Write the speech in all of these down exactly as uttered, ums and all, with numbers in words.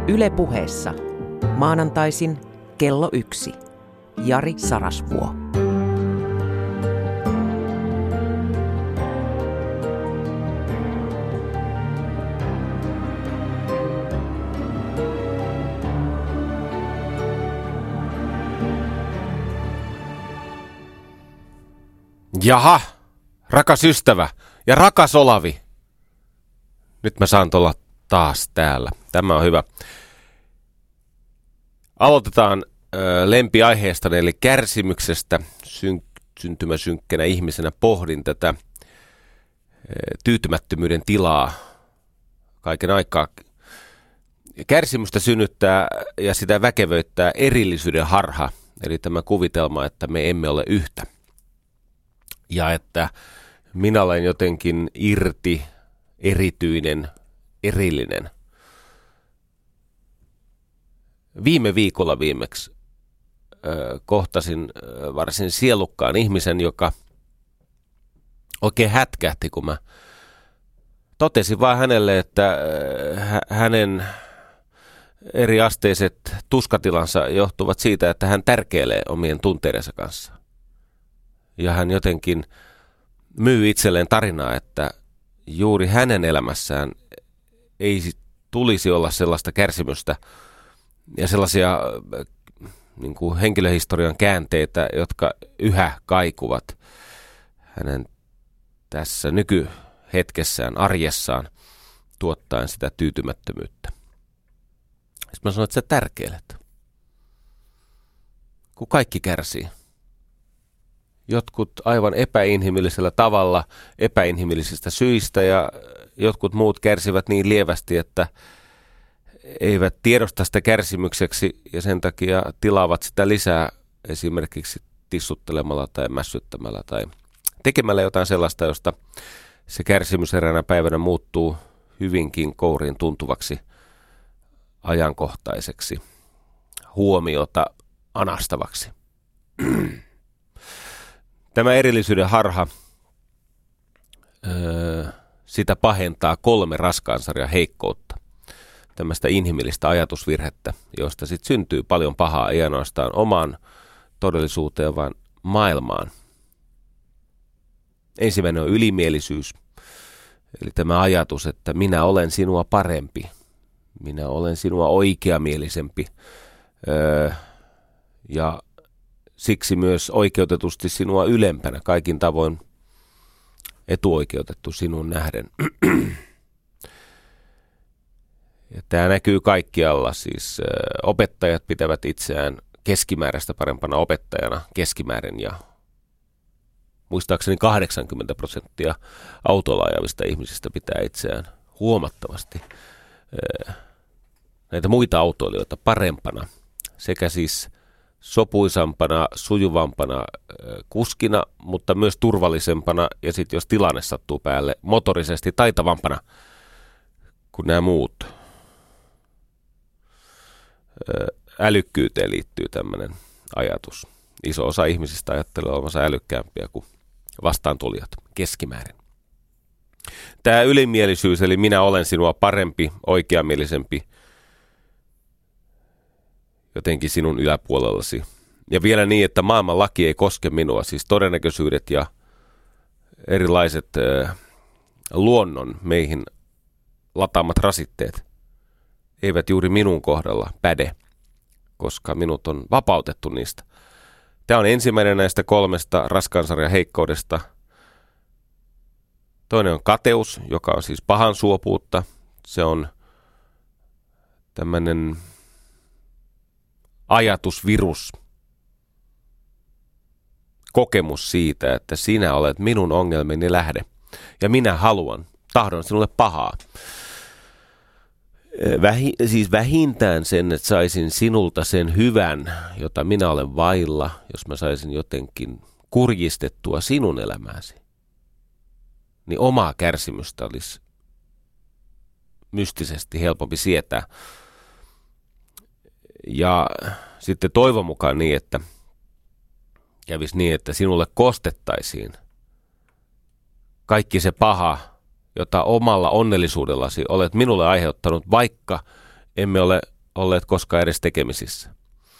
Yle Puheessa. Maanantaisin kello yksi. Jari Sarasvuo. Jaha, rakas ystävä ja rakas Olavi. Nyt mä saan olla taas täällä. Tämä on hyvä. Aloitetaan ö, lempiaiheesta, eli kärsimyksestä. Syn- syntymäsynkkänä ihmisenä pohdin tätä ö, tyytymättömyyden tilaa kaiken aikaa. Kärsimystä synnyttää ja sitä väkevöittää erillisyyden harha, eli tämä kuvitelma, että me emme ole yhtä. Ja että minä olen jotenkin irti, erityinen, erillinen. Viime viikolla viimeksi ö, kohtasin ö, varsin sielukkaan ihmisen, joka oikein hätkähti, kun mä totesin vaan hänelle, että ö, hänen eriasteiset tuskatilansa johtuvat siitä, että hän tärkeilee omien tunteidensa kanssa. Ja hän jotenkin myy itselleen tarinaa, että juuri hänen elämässään ei tulisi olla sellaista kärsimystä ja sellaisia niin kuin henkilöhistorian käänteitä, jotka yhä kaikuvat hänen tässä nykyhetkessään, arjessaan, tuottaen sitä tyytymättömyyttä. Sitten mä sanoin, että sä tärkeilet, kun kaikki kärsii. Jotkut aivan epäinhimillisellä tavalla, epäinhimillisistä syistä, ja jotkut muut kärsivät niin lievästi, että eivät tiedosta sitä kärsimykseksi ja sen takia tilaavat sitä lisää esimerkiksi tissuttelemalla tai mässyttämällä tai tekemällä jotain sellaista, josta se kärsimys eräänä päivänä muuttuu hyvinkin kouriin tuntuvaksi, ajankohtaiseksi, huomiota anastavaksi. Tämä erillisyyden harha, öö, sitä pahentaa kolme raskaansarjan heikkoutta. Tämmöistä inhimillistä ajatusvirhettä, josta sitten syntyy paljon pahaa, ei ainoastaan omaan todellisuuteen, vaan maailmaan. Ensimmäinen on ylimielisyys, eli tämä ajatus, että minä olen sinua parempi, minä olen sinua oikeamielisempi öö, ja siksi myös oikeutetusti sinua ylempänä, kaikin tavoin etuoikeutettu sinun nähden. Ja tämä näkyy kaikkialla, siis ö, opettajat pitävät itseään keskimääräistä parempana opettajana keskimäärin, ja muistaakseni kahdeksankymmentä prosenttia autolla ajavista ihmisistä pitää itseään huomattavasti ö, näitä muita autoilijoita parempana, sekä siis sopuisampana, sujuvampana kuskina, mutta myös turvallisempana ja sitten jos tilanne sattuu päälle, motorisesti taitavampana kuin nämä muut. Älykkyyteen liittyy tämmöinen ajatus. Iso osa ihmisistä ajattelee olevansa älykkäämpiä kuin vastaantulijat keskimäärin. Tämä ylimielisyys, eli minä olen sinua parempi, oikeamielisempi, jotenkin sinun yläpuolellasi. Ja vielä niin, että maailman laki ei koske minua, siis todennäköisyydet ja erilaiset äh, luonnon meihin lataamat rasitteet eivät juuri minun kohdalla päde, koska minut on vapautettu niistä. Tämä on ensimmäinen näistä kolmesta raskaansarjan heikkoudesta. Toinen on kateus, joka on siis pahan suopuutta. Se on tämmöinen ajatusvirus, kokemus siitä, että sinä olet minun ongelmini lähde ja minä haluan, tahdon sinulle pahaa. Vähi, siis vähintään sen, että saisin sinulta sen hyvän, jota minä olen vailla, jos mä saisin jotenkin kurjistettua sinun elämääsi, niin omaa kärsimystä olisi mystisesti helpompi sietää. Ja sitten toivon mukaan niin, että kävisi niin, että sinulle kostettaisiin kaikki se paha, jota omalla onnellisuudellasi olet minulle aiheuttanut, vaikka emme ole olleet koskaan edes tekemisissä.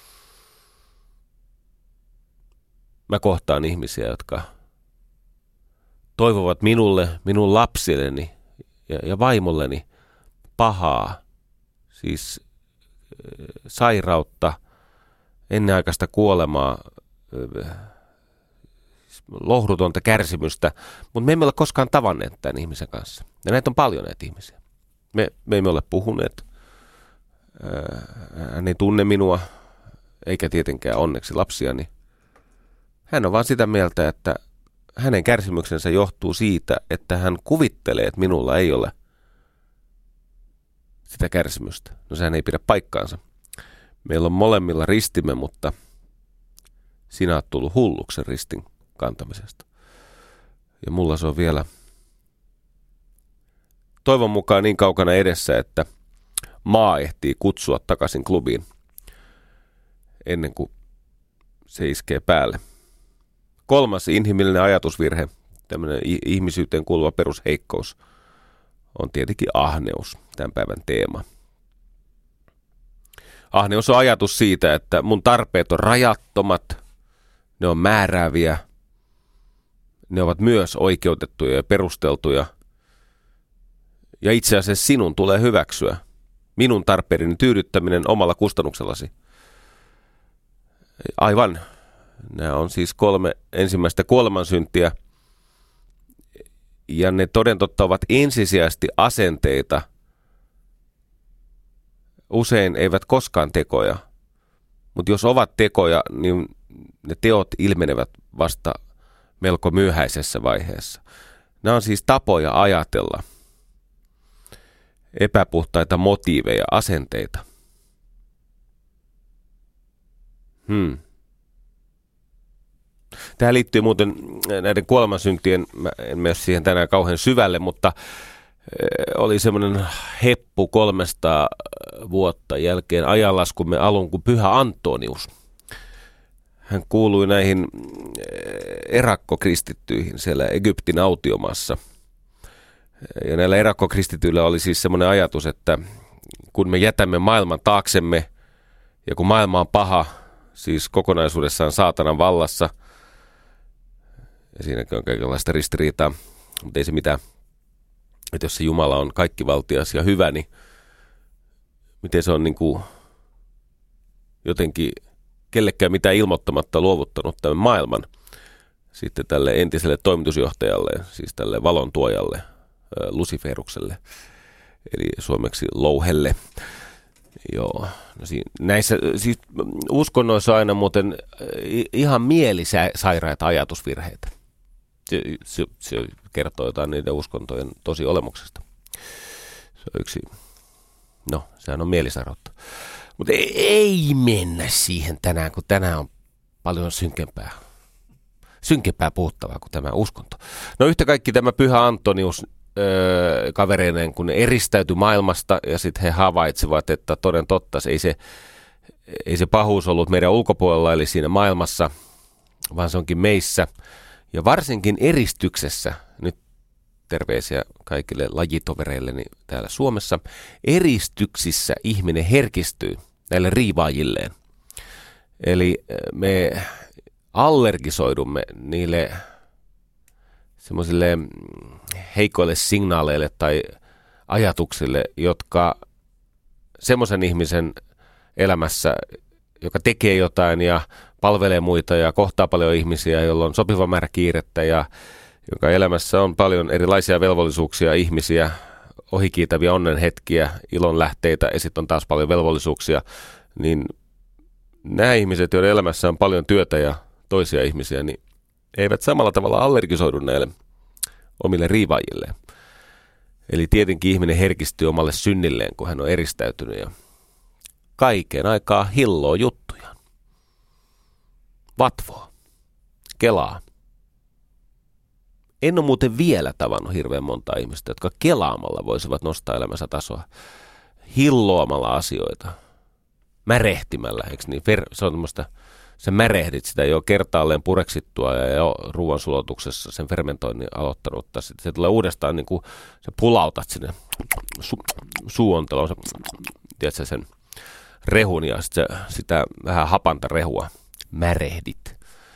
Mä kohtaan ihmisiä, jotka toivovat minulle, minun lapsilleni ja, ja vaimolleni pahaa, siis äh, sairautta, ennenaikaista kuolemaa, äh, lohdutonta kärsimystä, mutta me emme ole koskaan tavanneet tämän ihmisen kanssa. Ja näitä on paljon näitä ihmisiä. Me, me emme ole puhuneet. Äh, hän ei tunne minua, eikä tietenkään onneksi lapsiani. Hän on vaan sitä mieltä, että hänen kärsimyksensä johtuu siitä, että hän kuvittelee, että minulla ei ole sitä kärsimystä. No sehän ei pidä paikkaansa. Meillä on molemmilla ristimme, mutta sinä olet tullut hulluksi ristin kantamisesta. Ja mulla se on vielä toivon mukaan niin kaukana edessä, että maa ehtii kutsua takaisin klubiin ennen kuin se iskee päälle. Kolmas inhimillinen ajatusvirhe, tämmöinen ihmisyyteen kuuluva perusheikkous, on tietenkin ahneus, tämän päivän teema. Ahneus on ajatus siitä, että mun tarpeet on rajattomat, ne on määrääviä, ne ovat myös oikeutettuja ja perusteltuja. Ja itse asiassa sinun tulee hyväksyä minun tarpeideni tyydyttäminen omalla kustannuksellasi. Aivan. Nämä on siis kolme ensimmäistä kuolemansyntiä. Ja ne toden totta ovat ensisijaisesti asenteita. Usein eivät koskaan tekoja. Mutta jos ovat tekoja, niin ne teot ilmenevät vasta melko myöhäisessä vaiheessa. Nämä on siis tapoja ajatella. Epäpuhtaita motiiveja, asenteita. Hmm. Tähän liittyy muuten näiden kuolemansyntien, mä en mene siihen tänään kauhean syvälle, mutta oli semmoinen heppu kolmesataa vuotta jälkeen ajanlaskumme alun kuin Pyhä Antonius. Hän kuului näihin erakkokristittyihin siellä Egyptin autiomaassa. Ja näillä erakkokristityillä oli siis semmoinen ajatus, että kun me jätämme maailman taaksemme ja kun maailma on paha, siis kokonaisuudessaan saatanan vallassa, ja siinäkin on kaikenlaista ristiriitaa, mutta ei se mitään, että jos se Jumala on kaikkivaltias ja hyvä, niin miten se on niin kuin jotenkin kellekään mitään ilmoittamatta luovuttanut tämän maailman sitten tälle entiselle toimitusjohtajalle, siis tälle valontuojalle, Luciferukselle, eli suomeksi louhelle. Joo, no siinä, näissä siis uskonnoissa on aina muuten ihan mielisairaita ajatusvirheitä. Se, se, se kertoo jotain niiden uskontojen tosi olemuksesta. Se on yksi, no sehän on mielisairautta. Mutta ei, ei mennä siihen tänään, kun tänään on paljon synkempää. Synkempää puhuttavaa kuin tämä uskonto. No yhtä kaikki tämä Pyhä Antonius öö, kavereineen, kun ne eristäytyi maailmasta ja sitten he havaitsivat, että toden totta ei se, ei se pahuus ollut meidän ulkopuolella, eli siinä maailmassa, vaan se onkin meissä. Ja varsinkin eristyksessä, nyt terveisiä kaikille lajitovereilleni täällä Suomessa, eristyksissä ihminen herkistyy näille riivaajilleen. Eli me allergisoidumme niille semmoisille heikoille signaaleille tai ajatuksille, jotka semmoisen ihmisen elämässä, joka tekee jotain ja palvelee muita ja kohtaa paljon ihmisiä, jolla on sopiva määrä kiirettä ja joka elämässä on paljon erilaisia velvollisuuksia, ihmisiä, ohikiitäviä onnenhetkiä, ilonlähteitä ja sitten on taas paljon velvollisuuksia, niin nämä ihmiset, joiden elämässä on paljon työtä ja toisia ihmisiä, niin eivät samalla tavalla allergisoidu näille omille riivaajilleen. Eli tietenkin ihminen herkistyy omalle synnilleen, kun hän on eristäytynyt ja kaiken aikaa hilloo juttujaan. Vatvoo. Kelaa. En ole muuten vielä tavannut hirveän monta ihmistä, jotka kelaamalla voisivat nostaa elämänsä tasoa. Hilloamalla asioita. Märehtimällä, eikö niin? Se on tämmöistä, sä märehdit sitä jo kertaalleen pureksittua ja jo ruoansulatuksessa sen fermentoinnin aloittanutta. Sitten se tulee uudestaan, niin kuin sä pulautat sinne su- suuonteloon, tiedätkö sen rehun ja sit sitä vähän hapanta rehua märehdit.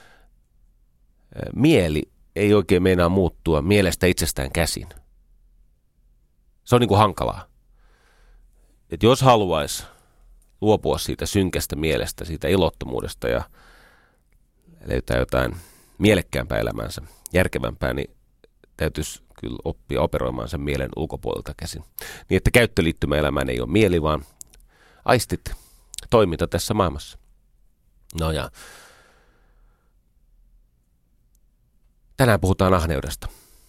Mieli ei oikein meinaa muuttua mielestä itsestään käsin. Se on niin kuin hankalaa. Et jos haluaisi luopua siitä synkästä mielestä, siitä ilottomuudesta ja löytää jotain mielekkäämpää elämänsä, järkevämpää, niin täytyisi kyllä oppia operoimaan sen mielen ulkopuolelta käsin. Niin, että käyttöliittymä elämään ei ole mieli, vaan aistit, toiminta tässä maailmassa. No ja tänään puhutaan ahneudesta.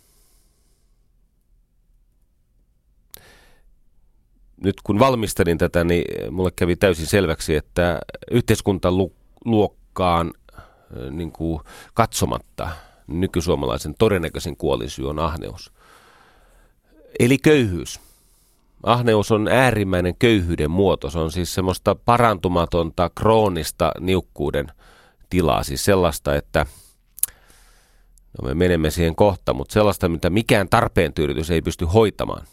Nyt kun valmistelin tätä, niin mulle kävi täysin selväksi, että yhteiskuntaluokkaan niin kuin katsomatta nykysuomalaisen todennäköisin kuolinsyy on ahneus. Eli köyhyys. Ahneus on äärimmäinen köyhyyden muoto. Se on siis semmoista parantumatonta, kroonista niukkuuden tilaa. Siis sellaista, että no me menemme siihen kohta, mutta sellaista, mitä mikään tarpeen tyydytys ei pysty hoitamaan.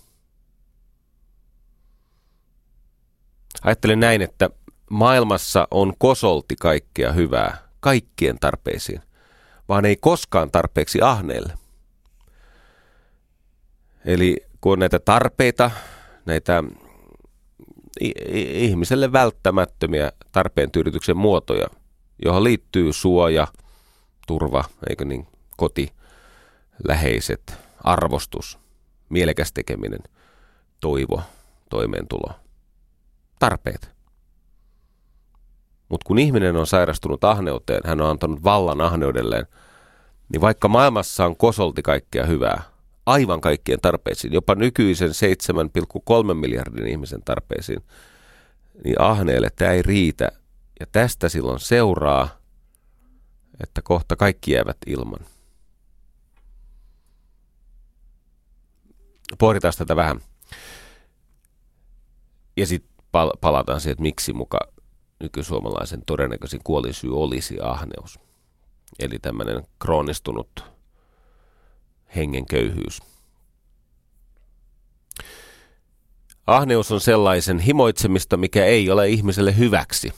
Ajattelen näin, että maailmassa on kosolti kaikkea hyvää kaikkien tarpeisiin, vaan ei koskaan tarpeeksi ahneelle. Eli kun on näitä tarpeita, näitä ihmiselle välttämättömiä tarpeen tyydytyksen muotoja, johon liittyy suoja, turva, eikö niin, koti, läheiset, arvostus, mielekäs tekeminen, toivo, toimeentulo, tarpeet. Mutta kun ihminen on sairastunut ahneuteen, hän on antanut vallan ahneudelleen, niin vaikka maailmassa on kosolti kaikkea hyvää, aivan kaikkien tarpeisiin, jopa nykyisen seitsemän pilkku kolme miljardin ihmisen tarpeisiin, niin ahneelle tämä ei riitä. Ja tästä silloin seuraa, että kohta kaikki jäävät ilman. Pohditaan tätä vähän. Ja sitten pal- palataan siihen, että miksi muka nykysuomalaisen todennäköisin kuolinsyy olisi ahneus. Eli tämmöinen kroonistunut hengen köyhyys. Ahneus on sellaisen himoitsemista, mikä ei ole ihmiselle hyväksi.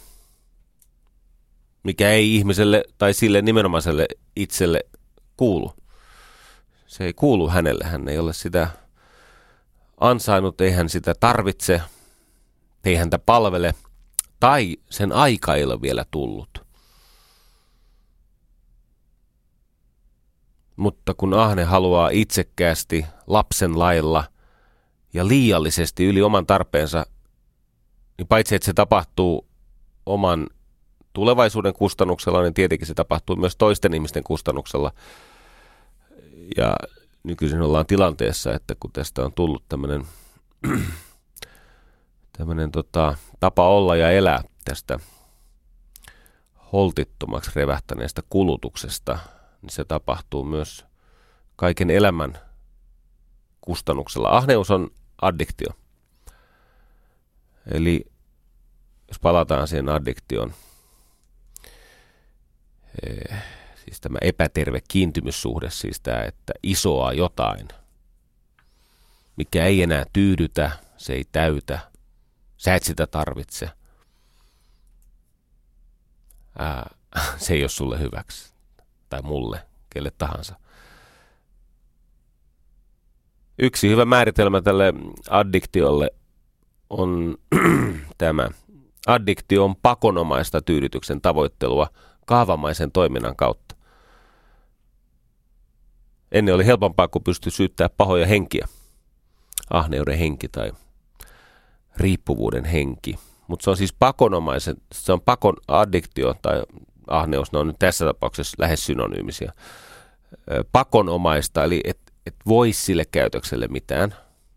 Mikä ei ihmiselle tai sille nimenomaiselle itselle kuulu. Se ei kuulu hänelle. Hän ei ole sitä ansainnut, ei hän sitä tarvitse, ei häntä palvele, tai sen aika ei ole vielä tullut. Mutta kun ahne haluaa itsekkäästi, lapsen lailla ja liiallisesti yli oman tarpeensa, niin paitsi että se tapahtuu oman tulevaisuuden kustannuksella, niin tietenkin se tapahtuu myös toisten ihmisten kustannuksella. Ja nykyisin ollaan tilanteessa, että kun tästä on tullut tämmöinen tämmöinen tota, tapa olla ja elää tästä holtittomaksi revähtäneestä kulutuksesta, niin se tapahtuu myös kaiken elämän kustannuksella. Ahneus on addiktio. Eli jos palataan siihen addiktioon, ee, siis tämä epäterve kiintymyssuhde, siis tämä, että isoaa jotain, mikä ei enää tyydytä, se ei täytä, sä et sitä tarvitse, Ää, se ei ole sulle hyväksi. Tai mulle, kelle tahansa. Yksi hyvä määritelmä tälle addiktiolle on tämä. Addiktio on pakonomaista tyydytyksen tavoittelua kaavamaisen toiminnan kautta. Ennen oli helpompaa, kun pystyi syyttää pahoja henkiä. Ahneuden henki tai riippuvuuden henki. Mutta se on siis pakonomaisen, se on pakon addiktio tai ahneus, ne on nyt tässä tapauksessa lähes synonyymisiä. Pakonomaista, eli et, et voi sille käytökselle mitään.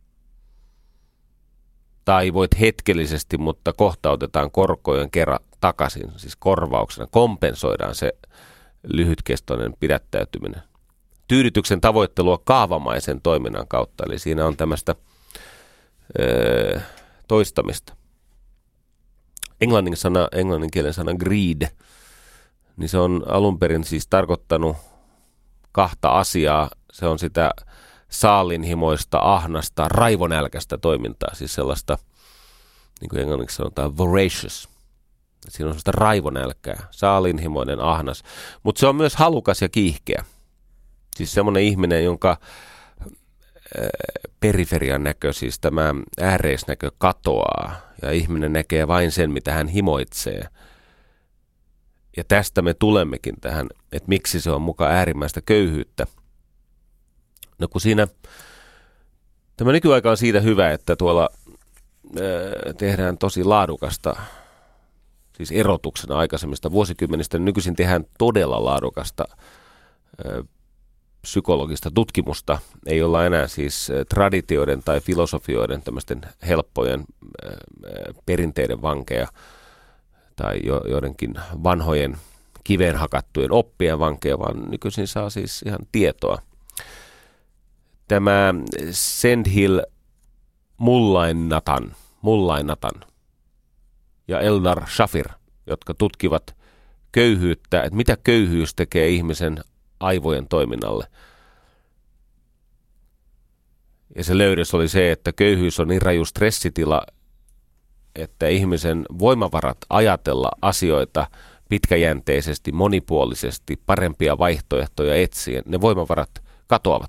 Tai voit hetkellisesti, mutta kohta otetaan korkojen kerran takaisin, siis korvauksena, kompensoidaan se lyhytkestoinen pidättäytyminen. Tyydytyksen tavoittelua kaavamaisen toiminnan kautta, eli siinä on tämmöistä öö, toistamista. Englannin, sana, englannin kielen sana greed, niin se on alun perin siis tarkoittanut kahta asiaa. Se on sitä saalinhimoista, ahnasta, raivonälkäistä toimintaa, siis sellaista niin kuin englanniksi sanotaan, voracious. Siinä on sellaista raivonälkää, saalinhimoinen, ahnas, mutta se on myös halukas ja kiihkeä. Siis semmoinen ihminen, jonka periferian näkö, siis tämä ääreisnäkö katoaa ja ihminen näkee vain sen, mitä hän himoitsee. Ja tästä me tulemmekin tähän, että miksi se on muka äärimmäistä köyhyyttä. No kun siinä, tämä nykyaika on siitä hyvä, että tuolla ää, tehdään tosi laadukasta, siis erotuksena aikaisemmista vuosikymmenistä, niin nykyisin tehdään todella laadukasta ää, psykologista tutkimusta. Ei olla enää siis traditioiden tai filosofioiden tämmöisten helppojen ää, perinteiden vankeja tai jo, joidenkin vanhojen kiveen hakattujen oppien vankeja, vaan nykyisin saa siis ihan tietoa. Tämä Sendhil Mullainathan, Mullainathan ja Eldar Shafir, jotka tutkivat köyhyyttä, että mitä köyhyys tekee ihmisen aivojen toiminnalle. Ja se löydös oli se, että köyhyys on niin raju stressitila, että ihmisen voimavarat ajatella asioita pitkäjänteisesti, monipuolisesti, parempia vaihtoehtoja etsien, ne voimavarat katoavat.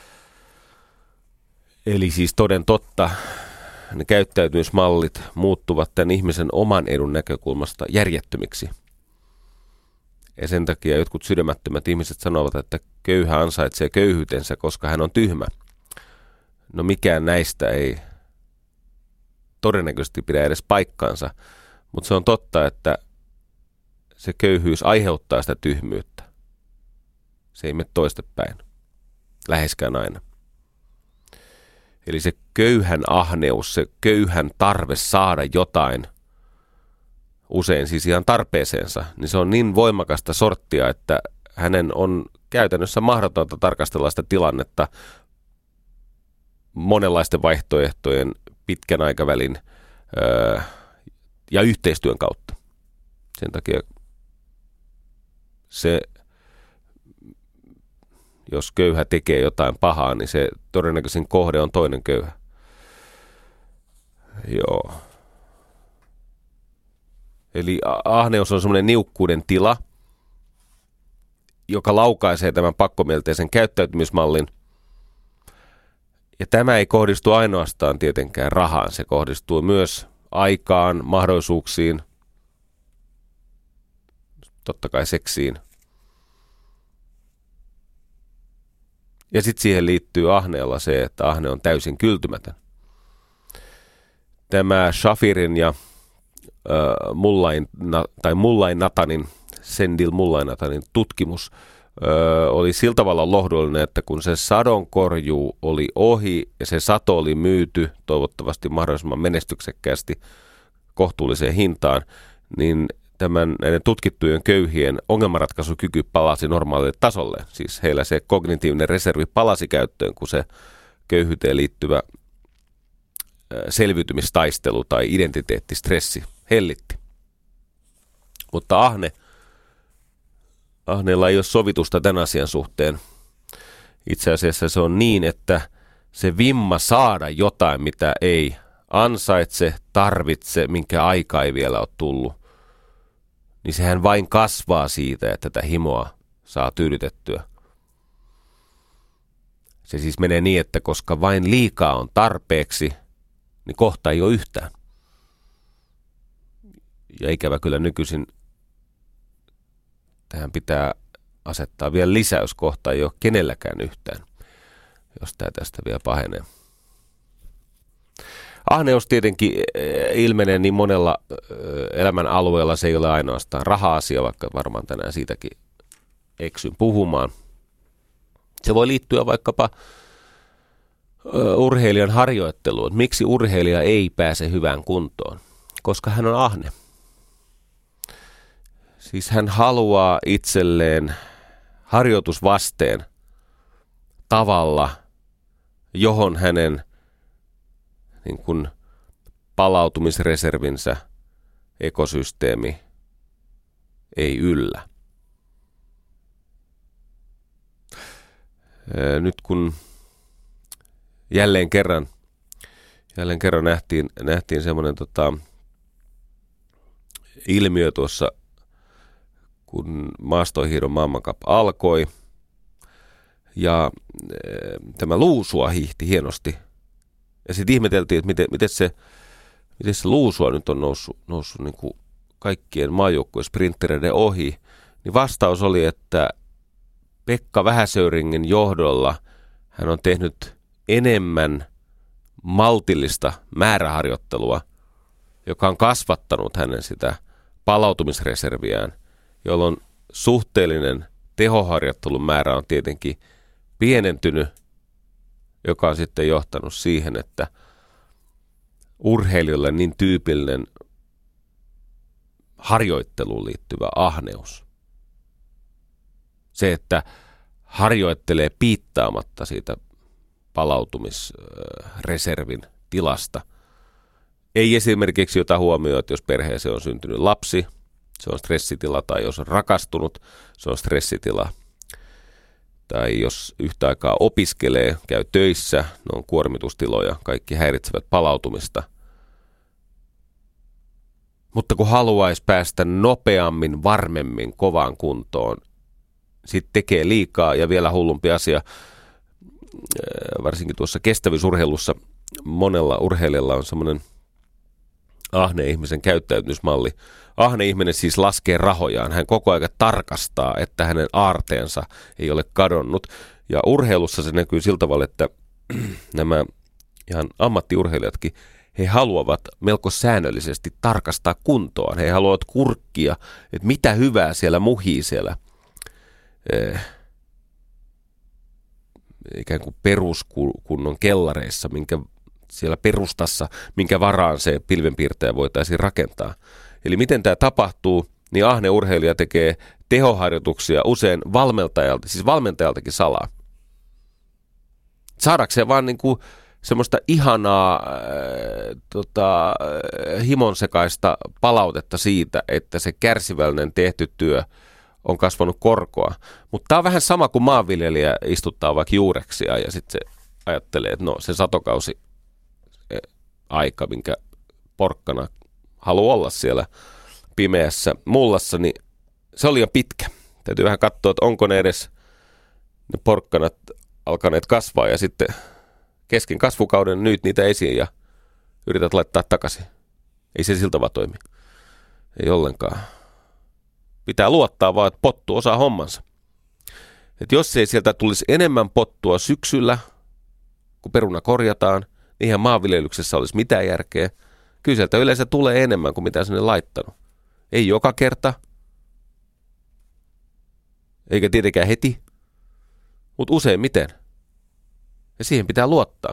Eli siis toden totta, ne käyttäytymismallit muuttuvat tämän ihmisen oman edun näkökulmasta järjettömiksi. Ja sen takia jotkut sydämättömät ihmiset sanovat, että köyhä ansaitsee köyhyytensä, koska hän on tyhmä. No mikään näistä ei todennäköisesti pidä edes paikkaansa, mutta se on totta, että se köyhyys aiheuttaa sitä tyhmyyttä. Se ei mene toistepäin, läheskään aina. Eli se köyhän ahneus, se köyhän tarve saada jotain, usein siis ihan tarpeeseensa, niin se on niin voimakasta sorttia, että hänen on käytännössä mahdotonta tarkastella sitä tilannetta monenlaisten vaihtoehtojen, pitkän aikavälin öö, ja yhteistyön kautta. Sen takia se, jos köyhä tekee jotain pahaa, niin se todennäköisin kohde on toinen köyhä. Joo. Eli ahneus on semmoinen niukkuuden tila, joka laukaisee tämän pakkomielteisen käyttäytymismallin. Ja tämä ei kohdistu ainoastaan tietenkään rahaan, se kohdistuu myös aikaan, mahdollisuuksiin, totta kai seksiin. Ja sitten siihen liittyy ahneella se, että ahne on täysin kyltymätön. Tämä Shafirin ja äh, Mullain, tai Mullainathanin, Sendhil Mullainathanin tutkimus Öö, oli sillä tavalla lohdullinen, että kun se sadonkorjuu oli ohi ja se sato oli myyty toivottavasti mahdollisimman menestyksekkäästi kohtuulliseen hintaan, niin tämän näiden tutkittujen köyhien ongelmanratkaisukyky palasi normaalille tasolle. Siis heillä se kognitiivinen reservi palasi käyttöön, kun se köyhyyteen liittyvä selviytymistaistelu tai identiteettistressi hellitti. Mutta ahne Ahneella ei ole sovitusta tämän asian suhteen. Itse asiassa se on niin, että se vimma saada jotain, mitä ei ansaitse, tarvitse, minkä aika ei vielä ole tullut, niin sehän vain kasvaa siitä, että tätä himoa saa tyydytettyä. Se siis menee niin, että koska vain liikaa on tarpeeksi, niin kohta ei ole yhtään. Ja ikävä kyllä nykyisin tähän pitää asettaa vielä lisäys, kohta ei ole kenelläkään yhtään, jos tämä tästä vielä pahenee. Ahneus tietenkin ilmenee niin monella elämän alueella, se ei ole ainoastaan raha-asia, vaikka varmaan tänään siitäkin eksyn puhumaan. Se voi liittyä vaikkapa urheilijan harjoitteluun. Miksi urheilija ei pääse hyvään kuntoon? Koska hän on ahne. Siis hän haluaa itselleen harjoitusvasteen tavalla, johon hänen niin kuin palautumisreservinsä ekosysteemi ei yllä. Nyt kun jälleen kerran Jälleen kerran nähtiin, nähtiin semmoinen tota, ilmiö tuossa, kun maastohiihdon maailmankap alkoi. Ja e, tämä luusua hiihti hienosti. Ja sitten ihmeteltiin, että miten, miten, se, miten se luusua nyt on noussut, noussut niin kuin kaikkien maajoukkueen sprinttereiden ohi. Niin vastaus oli, että Pekka Vähäsöyringin johdolla hän on tehnyt enemmän maltillista määräharjoittelua, joka on kasvattanut hänen sitä palautumisreserviään, jolloin suhteellinen tehoharjoittelun määrä on tietenkin pienentynyt, joka on sitten johtanut siihen, että urheilijoille niin tyypillinen harjoitteluun liittyvä ahneus. Se, että harjoittelee piittaamatta siitä palautumisreservin tilasta. Ei esimerkiksi jota huomioon, että jos perheeseen on syntynyt lapsi, se on stressitila, tai jos on rakastunut, se on stressitila. Tai jos yhtä aikaa opiskelee, käy töissä, ne on kuormitustiloja, kaikki häiritsevät palautumista. Mutta kun haluaisi päästä nopeammin, varmemmin, kovaan kuntoon, sitten tekee liikaa ja vielä hullumpi asia, varsinkin tuossa kestävyysurheilussa monella urheilijalla on semmoinen ahne ihmisen käyttäytymismalli. Ahne ihminen siis laskee rahojaan. Hän koko ajan tarkastaa, että hänen aarteensa ei ole kadonnut. Ja urheilussa se näkyy sillä tavalla, että nämä ihan ammattiurheilijatkin, he haluavat melko säännöllisesti tarkastaa kuntoaan. He haluavat kurkkia, että mitä hyvää siellä muhii siellä eh, ikään kuin peruskunnon kellareissa, minkä siellä perustassa, minkä varaan se pilvenpiirtäjä voitaisiin rakentaa. Eli miten tämä tapahtuu, niin ahne urheilija tekee tehoharjoituksia usein valmentajalta, siis valmentajaltakin salaa. Saadakseen vaan niin kuin semmoista ihanaa äh, tota, äh, himonsekaista palautetta siitä, että se kärsivällinen tehty työ on kasvanut korkoa. Mutta tämä on vähän sama kuin maanviljelijä istuttaa vaikka juureksia ja sitten se ajattelee, että no se satokausi aika, minkä porkkana haluaa olla siellä pimeässä mullassa, niin se oli jo pitkä. Täytyy vähän katsoa, että onko ne edes ne porkkanat alkaneet kasvaa ja sitten kesken kasvukauden nyt niitä esiin ja yrität laittaa takaisin. Ei se siltä vaan toimi. Ei ollenkaan. Pitää luottaa vaan, että pottu osaa hommansa. Et jos ei sieltä tulisi enemmän pottua syksyllä, kun peruna korjataan, niin eihän maanviljelyksessä olisi mitään järkeä. Kyllä sieltä yleensä tulee enemmän kuin mitä sinne laittanut. Ei joka kerta, eikä tietenkään heti, mutta useimmiten. Ja siihen pitää luottaa.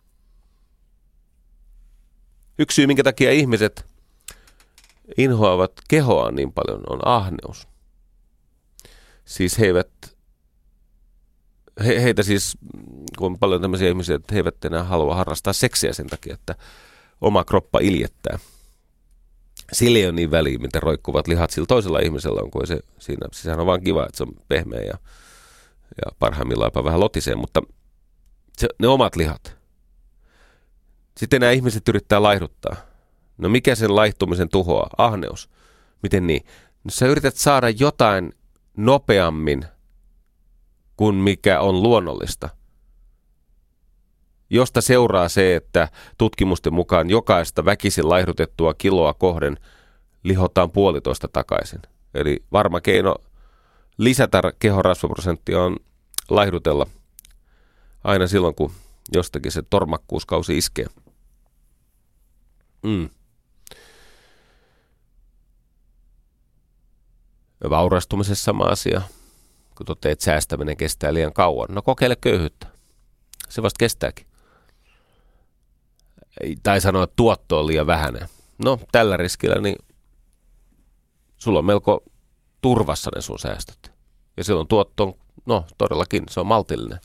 Yksi syy, minkä takia ihmiset inhoavat kehoaan niin paljon, on ahneus. Siis he eivät, he, heitä siis, kun on paljon tämmöisiä ihmisiä, että he eivät enää halua harrastaa seksiä sen takia, että oma kroppa iljettää. Sillä ei ole niin väliä, miten roikkuvat lihat sillä toisella ihmisellä on, kun se siinä. Siis sehän on vaan kiva, että se on pehmeä ja, ja parhaimmillaan jopa vähän lotisee, mutta se, ne omat lihat. Sitten nämä ihmiset yrittää laihduttaa. No mikä sen laihtumisen tuhoaa? Ahneus. Miten niin? No sä yrität saada jotain nopeammin kuin mikä on luonnollista. Josta seuraa se, että tutkimusten mukaan jokaista väkisin laihdutettua kiloa kohden lihotaan puolitoista takaisin. Eli varma keino lisätä kehon rasvaprosenttia on laihdutella aina silloin, kun jostakin se tormakkuuskausi iskee. Mm. Vaurastumisessa sama asia. Kun toteat, että säästäminen kestää liian kauan. No kokeile köyhyyttä. Se vasta kestääkin. Tai sanoa, että tuotto on liian vähäinen. No tällä riskillä niin sulla on melko turvassa ne sun säästöt. Ja silloin tuotto on, no todellakin, se on maltillinen.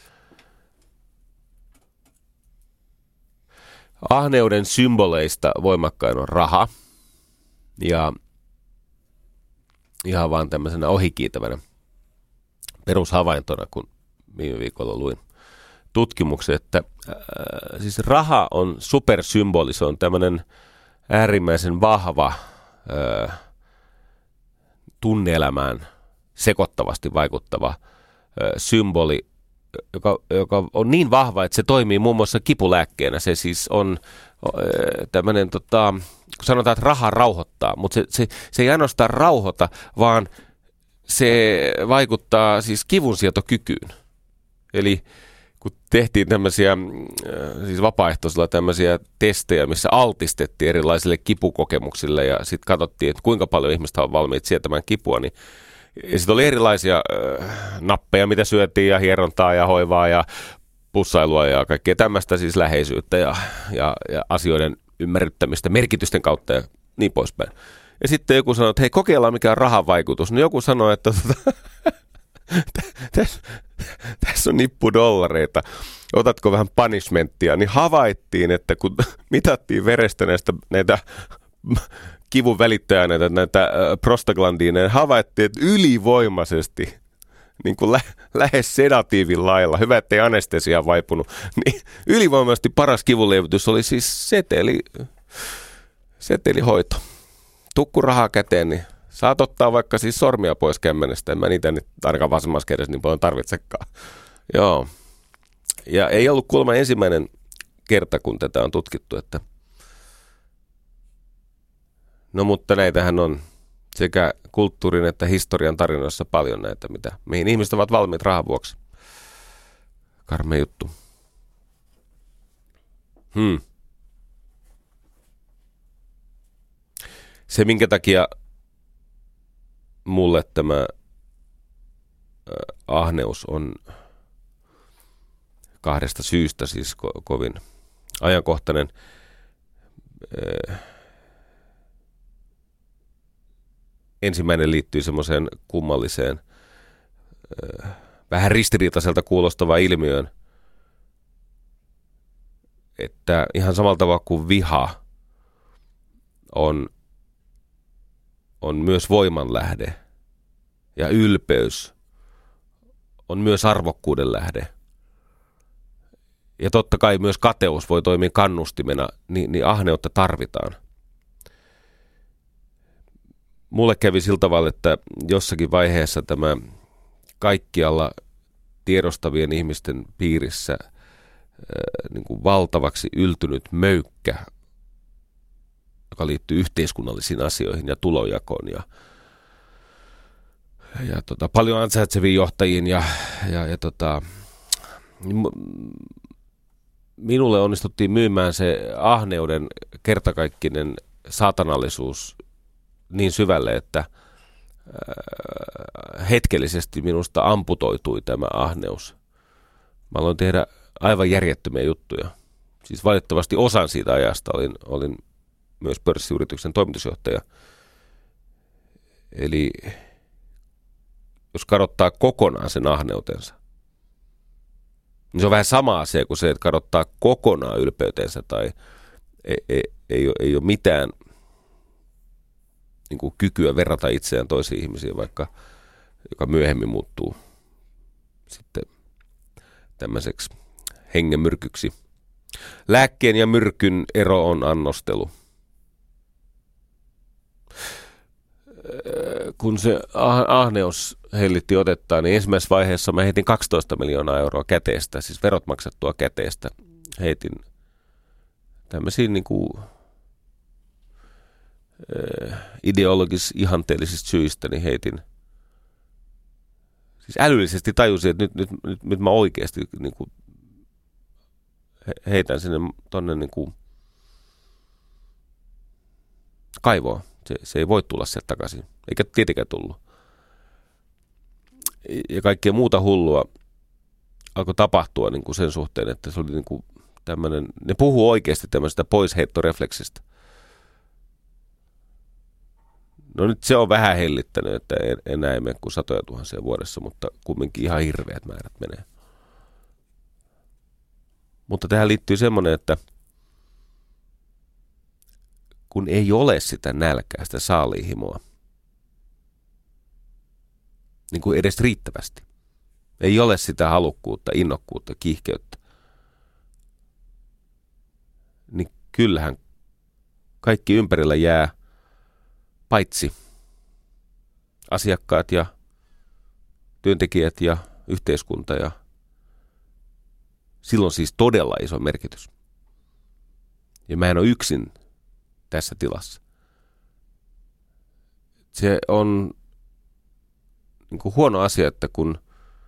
Ahneuden symboleista voimakkain on raha. Ja ihan vaan tämmöisenä ohikiitävänä perushavaintona, kun viime viikolla luin tutkimuksen, että äh, siis raha on supersymboli, se on tämmöinen äärimmäisen vahva äh, tunneelämään sekoittavasti vaikuttava äh, symboli, joka, joka on niin vahva, että se toimii muun muassa kipulääkkeenä. Se siis on äh, tämmöinen, tota, kun sanotaan, että raha rauhoittaa, mutta se, se, se ei ainoastaan rauhoita, vaan se vaikuttaa siis kivunsietokykyyn. Eli kun tehtiin tämmöisiä, siis vapaaehtoisilla tämmöisiä testejä, missä altistettiin erilaisille kipukokemuksille ja sitten katsottiin, että kuinka paljon ihmistä on valmiit sietämään kipua, niin ja sitten oli erilaisia äh, nappeja, mitä syötiin ja hierontaa ja hoivaa ja pussailua ja kaikkea tämmöistä, siis läheisyyttä ja, ja, ja asioiden ymmärryttämistä merkitysten kautta ja niin poispäin. Ja sitten joku sanoi, että hei, kokeillaan mikä on rahan vaikutus. No joku sanoi, että tässä täs on nippu dollareita, otatko vähän punishmenttia. Niin havaittiin, että kun mitattiin verestä näistä näitä kivun välittäjäaineita, näitä prostaglandiineja, havaittiin, että ylivoimaisesti, niin kuin lä- lähes sedatiivin lailla, hyvä, ettei anestesia vaipunut, niin ylivoimaisesti paras kivunlievitys oli siis seteli, setelihoito. Tukku rahaa käteen, niin saat ottaa vaikka siis sormia pois kämmenestä. En mä niitä nyt ainakaan vasemmassa kädessä niin paljon tarvitsekaan. Joo. Ja ei ollut kuulemma ensimmäinen kerta, kun tätä on tutkittu, että no mutta näitähän on sekä kulttuurin että historian tarinoissa paljon näitä, mitä, mihin ihmiset ovat valmiit rahan vuoksi. Karmea juttu. Hmm. Se, minkä takia mulle tämä ahneus on kahdesta syystä siis ko- kovin ajankohtainen. Ensimmäinen liittyy semmoiseen kummalliseen, vähän ristiriitaiselta kuulostavaan ilmiöön, että ihan samalla tavalla kuin viha on, on myös voimanlähde ja ylpeys on myös arvokkuuden lähde. Ja totta kai myös kateus voi toimia kannustimena, niin, niin ahneutta tarvitaan. Mulle kävi sillä tavalla, että jossakin vaiheessa tämä kaikkialla tiedostavien ihmisten piirissä ää, niin kuin valtavaksi yltynyt möykkä, joka liittyy yhteiskunnallisiin asioihin ja tulonjakoon ja, ja tota, paljon ansaitseviin johtajiin ja, ja, ja tota, minulle onnistuttiin myymään se ahneuden kertakaikkinen saatanallisuus niin syvälle, että hetkellisesti minusta amputoitui tämä ahneus. Mä aloin tehdä aivan järjettömiä juttuja. Siis valitettavasti osan siitä ajasta olin, olin myös pörssiyrityksen toimitusjohtaja. Eli jos kadottaa kokonaan sen ahneutensa, niin se on vähän sama asia kuin se, että kadottaa kokonaan ylpeytensä tai ei, ei, ei, ole, ei ole mitään niin kuin kykyä verrata itseään toisiin ihmisiin, vaikka joka myöhemmin muuttuu sitten tämmöiseksi hengenmyrkyksi. Lääkkeen ja myrkyn ero on annostelu. Kun se ahneus hellitti otettaan, niin ensimmäisessä vaiheessa mä heitin kaksitoista miljoonaa euroa käteestä, siis verot maksettua käteestä. Heitin tämmöisiin niin kuin ideologis-ihanteellisista syistä, niin heitin, siis älyllisesti tajusin, että nyt, nyt, nyt, nyt mä oikeasti niin kuin heitän sinne tonne niin kuin kaivoon. Se, se ei voi tulla sieltä takaisin, eikä tietenkään tullut. Ja kaikkea muuta hullua alkoi tapahtua niin kuin sen suhteen, että se oli niin kuin tämmöinen, ne puhuu oikeasti tämmöisestä poisheittorefleksistä. No nyt se on vähän hellittänyt, että enää ei mene kuin satoja tuhansia vuodessa, mutta kumminkin ihan hirveät määrät menee. Mutta tähän liittyy semmoinen, että kun ei ole sitä nälkää, sitä saaliihimoa, niin kuin edes riittävästi. Ei ole sitä halukkuutta, innokkuutta, kiihkeyttä. niin kyllähän kaikki ympärillä jää paitsi asiakkaat ja työntekijät ja yhteiskunta. Ja silloin siis todella iso merkitys. Ja mä en ole yksin tässä tilassa. Se on niin kuin huono asia, että kun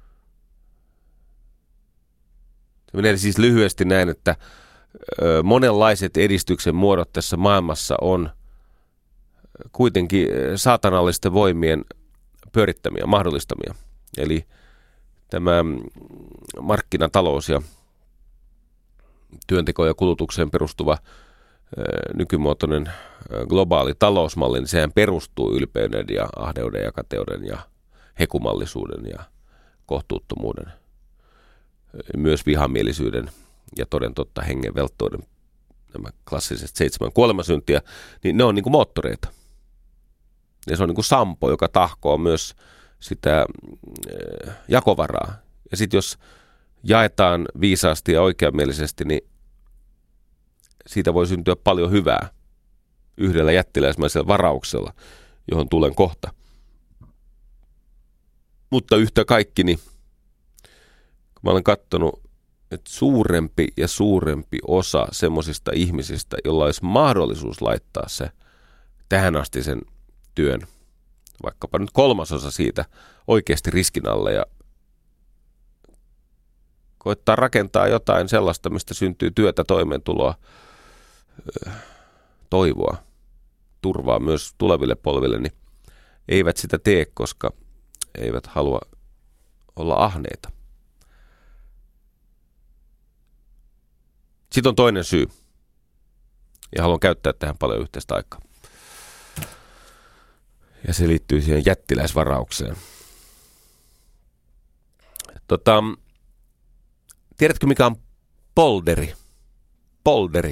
se menee siis lyhyesti näin, että ö, monenlaiset edistyksen muodot tässä maailmassa on kuitenkin saatanallisten voimien pyörittämiä, mahdollistamia. Eli tämä markkinatalous ja työntekoon ja kulutukseen perustuva nykymuotoinen globaali talousmalli, niin sehän perustuu ylpeyden ja ahneuden ja kateuden ja hekumallisuuden ja kohtuuttomuuden, myös vihamielisyyden ja toden totta hengenvelttouden, nämä klassiset seitsemän kuolemasyntiä, niin ne on niin kuin moottoreita. Ja se on niin kuin sampo, joka tahkoo myös sitä jakovaraa. Ja sitten jos jaetaan viisaasti ja oikeamielisesti, niin siitä voi syntyä paljon hyvää yhdellä jättiläismäisellä varauksella, johon tulen kohta. Mutta yhtä kaikki, niin kun mä olen katsonut, että suurempi ja suurempi osa semmoisista ihmisistä, jolla olisi mahdollisuus laittaa se tähän asti sen työn, vaikkapa nyt kolmasosa siitä oikeasti riskin alle ja koittaa rakentaa jotain sellaista, mistä syntyy työtä, toimeentuloa, toivoa, turvaa myös tuleville polville, niin eivät sitä tee, koska eivät halua olla ahneita. Sitten on toinen syy, ja haluan käyttää tähän paljon yhteistä aikaa. Ja se liittyy siihen jättiläisvaraukseen. Tota, tiedätkö mikä on polderi? Polderi.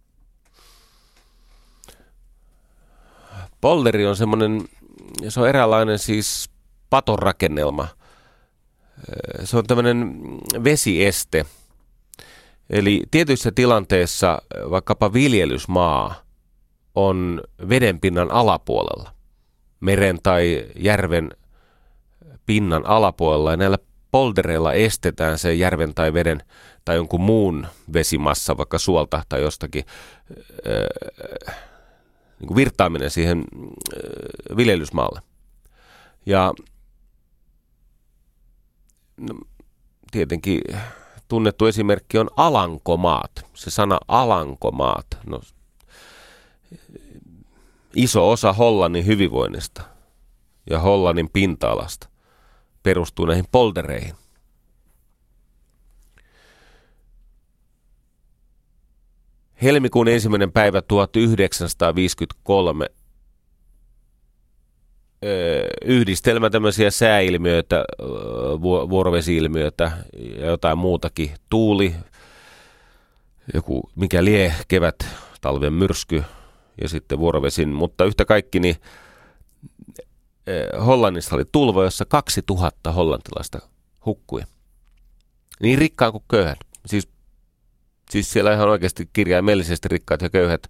Polderi on semmoinen, se on eräänlainen siis patonrakennelma. Se on tämmöinen vesieste. Eli tietyissä tilanteissa vaikkapa viljelysmaa on vedenpinnan alapuolella, meren tai järven pinnan alapuolella, ja näillä poldereilla estetään se järven tai veden tai jonkun muun vesimassa, vaikka suolta tai jostakin, äh, niin kuin virtaaminen siihen äh, viljelysmaalle. Ja no, tietenkin tunnettu esimerkki on Alankomaat. Se sana Alankomaat. No, iso osa Hollannin hyvinvoinnista ja Hollannin pinta-alasta perustuu näihin poldereihin. Helmikuun ensimmäinen päivä tuhatyhdeksänsataaviisikymmentäkolme yhdistelmä tämmöisiä sääilmiöitä, vuorovesi-ilmiötä ja jotain muutakin. Tuuli, joku mikä lie, kevät, talven myrsky ja sitten vuorovesin. Mutta yhtä kaikki, niin Hollannissa oli tulva, jossa kaksituhatta hollantilaista hukkui. Niin rikkaan kuin köyhät. Siis, siis siellä ihan oikeasti kirjaimellisesti rikkaat ja köyhät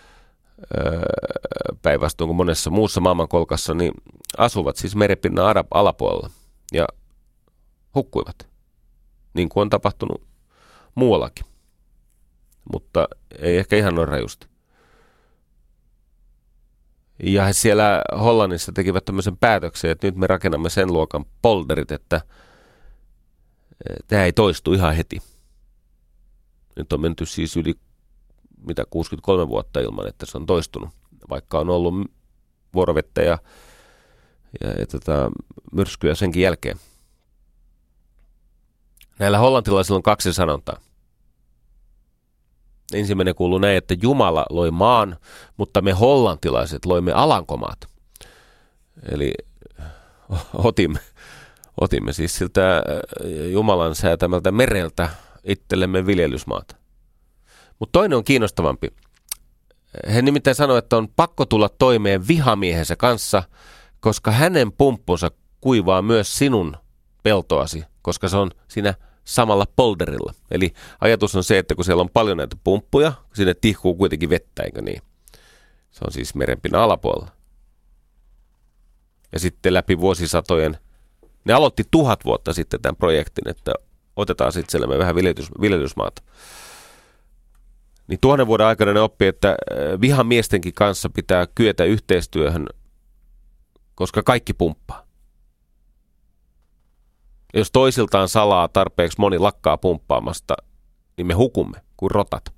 päinvastoin kuin monessa muussa maailmankolkassa, niin asuvat siis merenpinnan alapuolella ja hukkuivat, niin kuin on tapahtunut muuallakin, mutta ei ehkä ihan noin rajusti. Ja he siellä Hollannissa tekivät tämmöisen päätöksen, että nyt me rakennamme sen luokan polderit, että tämä ei toistu ihan heti. Nyt on menty siis yli mitä kuusikymmentäkolme vuotta ilman, että se on toistunut, vaikka on ollut vuorovettä ja, ja, ja tota, myrskyä senkin jälkeen. Näillä hollantilaisilla on kaksi sanontaa. Ensimmäinen kuuluu näin, että Jumala loi maan, mutta me hollantilaiset loimme Alankomaat. Eli otimme, otimme siis siltä Jumalan säätämältä mereltä itsellemme viljelysmaata. Mutta toinen on kiinnostavampi. Hän nimittäin sanoi, että on pakko tulla toimeen vihamiehensä kanssa, koska hänen pumppunsa kuivaa myös sinun peltoasi, koska se on siinä samalla polderilla. Eli ajatus on se, että kun siellä on paljon näitä pumppuja, sinne tihkuu kuitenkin vettä, eikö niin? Se on siis merenpinnan alapuolella. Ja sitten läpi vuosisatojen, ne aloitti tuhat vuotta sitten tämän projektin, että otetaan sitten itsellemme vähän viljelys, viljelysmaata. Niin tuhannen vuoden aikana ne oppii, että vihamiestenkin kanssa pitää kyetä yhteistyöhön, koska kaikki pumppaa. Jos toisiltaan salaa tarpeeksi moni lakkaa pumppaamasta, niin me hukumme kuin rotat.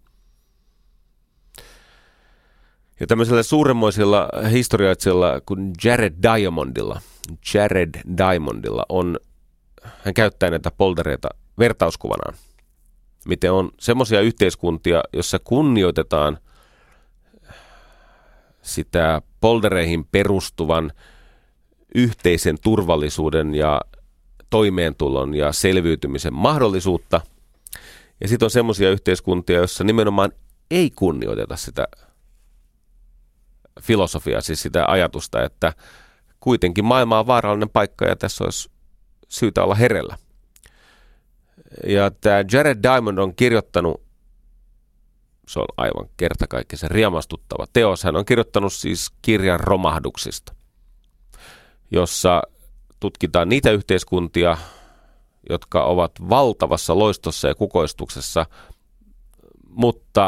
Ja tämmöisellä suuremmoisilla historioitsijalla kuin Jared Diamondilla, Jared Diamondilla on, hän käyttää näitä poldereita vertauskuvanaan. Miten on semmoisia yhteiskuntia, jossa kunnioitetaan sitä poldereihin perustuvan yhteisen turvallisuuden ja toimeentulon ja selviytymisen mahdollisuutta. Ja sitten on semmoisia yhteiskuntia, joissa nimenomaan ei kunnioiteta sitä filosofiaa, siis sitä ajatusta, että kuitenkin maailma on vaarallinen paikka ja tässä olisi syytä olla herellä. Ja tämä Jared Diamond on kirjoittanut, se on aivan kertakaikkisen riemastuttava teos, hän on kirjoittanut siis kirjan romahduksista, jossa tutkitaan niitä yhteiskuntia, jotka ovat valtavassa loistossa ja kukoistuksessa, mutta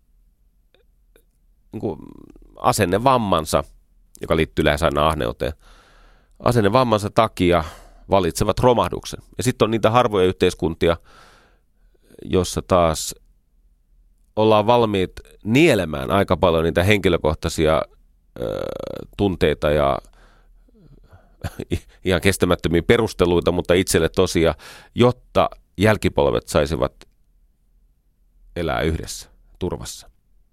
niin kuin asennevammansa, joka liittyy lähes aina ahneuteen, asennevammansa takia valitsevat romahduksen. Ja sitten on niitä harvoja yhteiskuntia, jossa taas ollaan valmiit nielemään aika paljon niitä henkilökohtaisia ö, tunteita ja ihan kestämättömiä perusteluita, mutta itselle tosia, jotta jälkipolvet saisivat elää yhdessä, turvassa.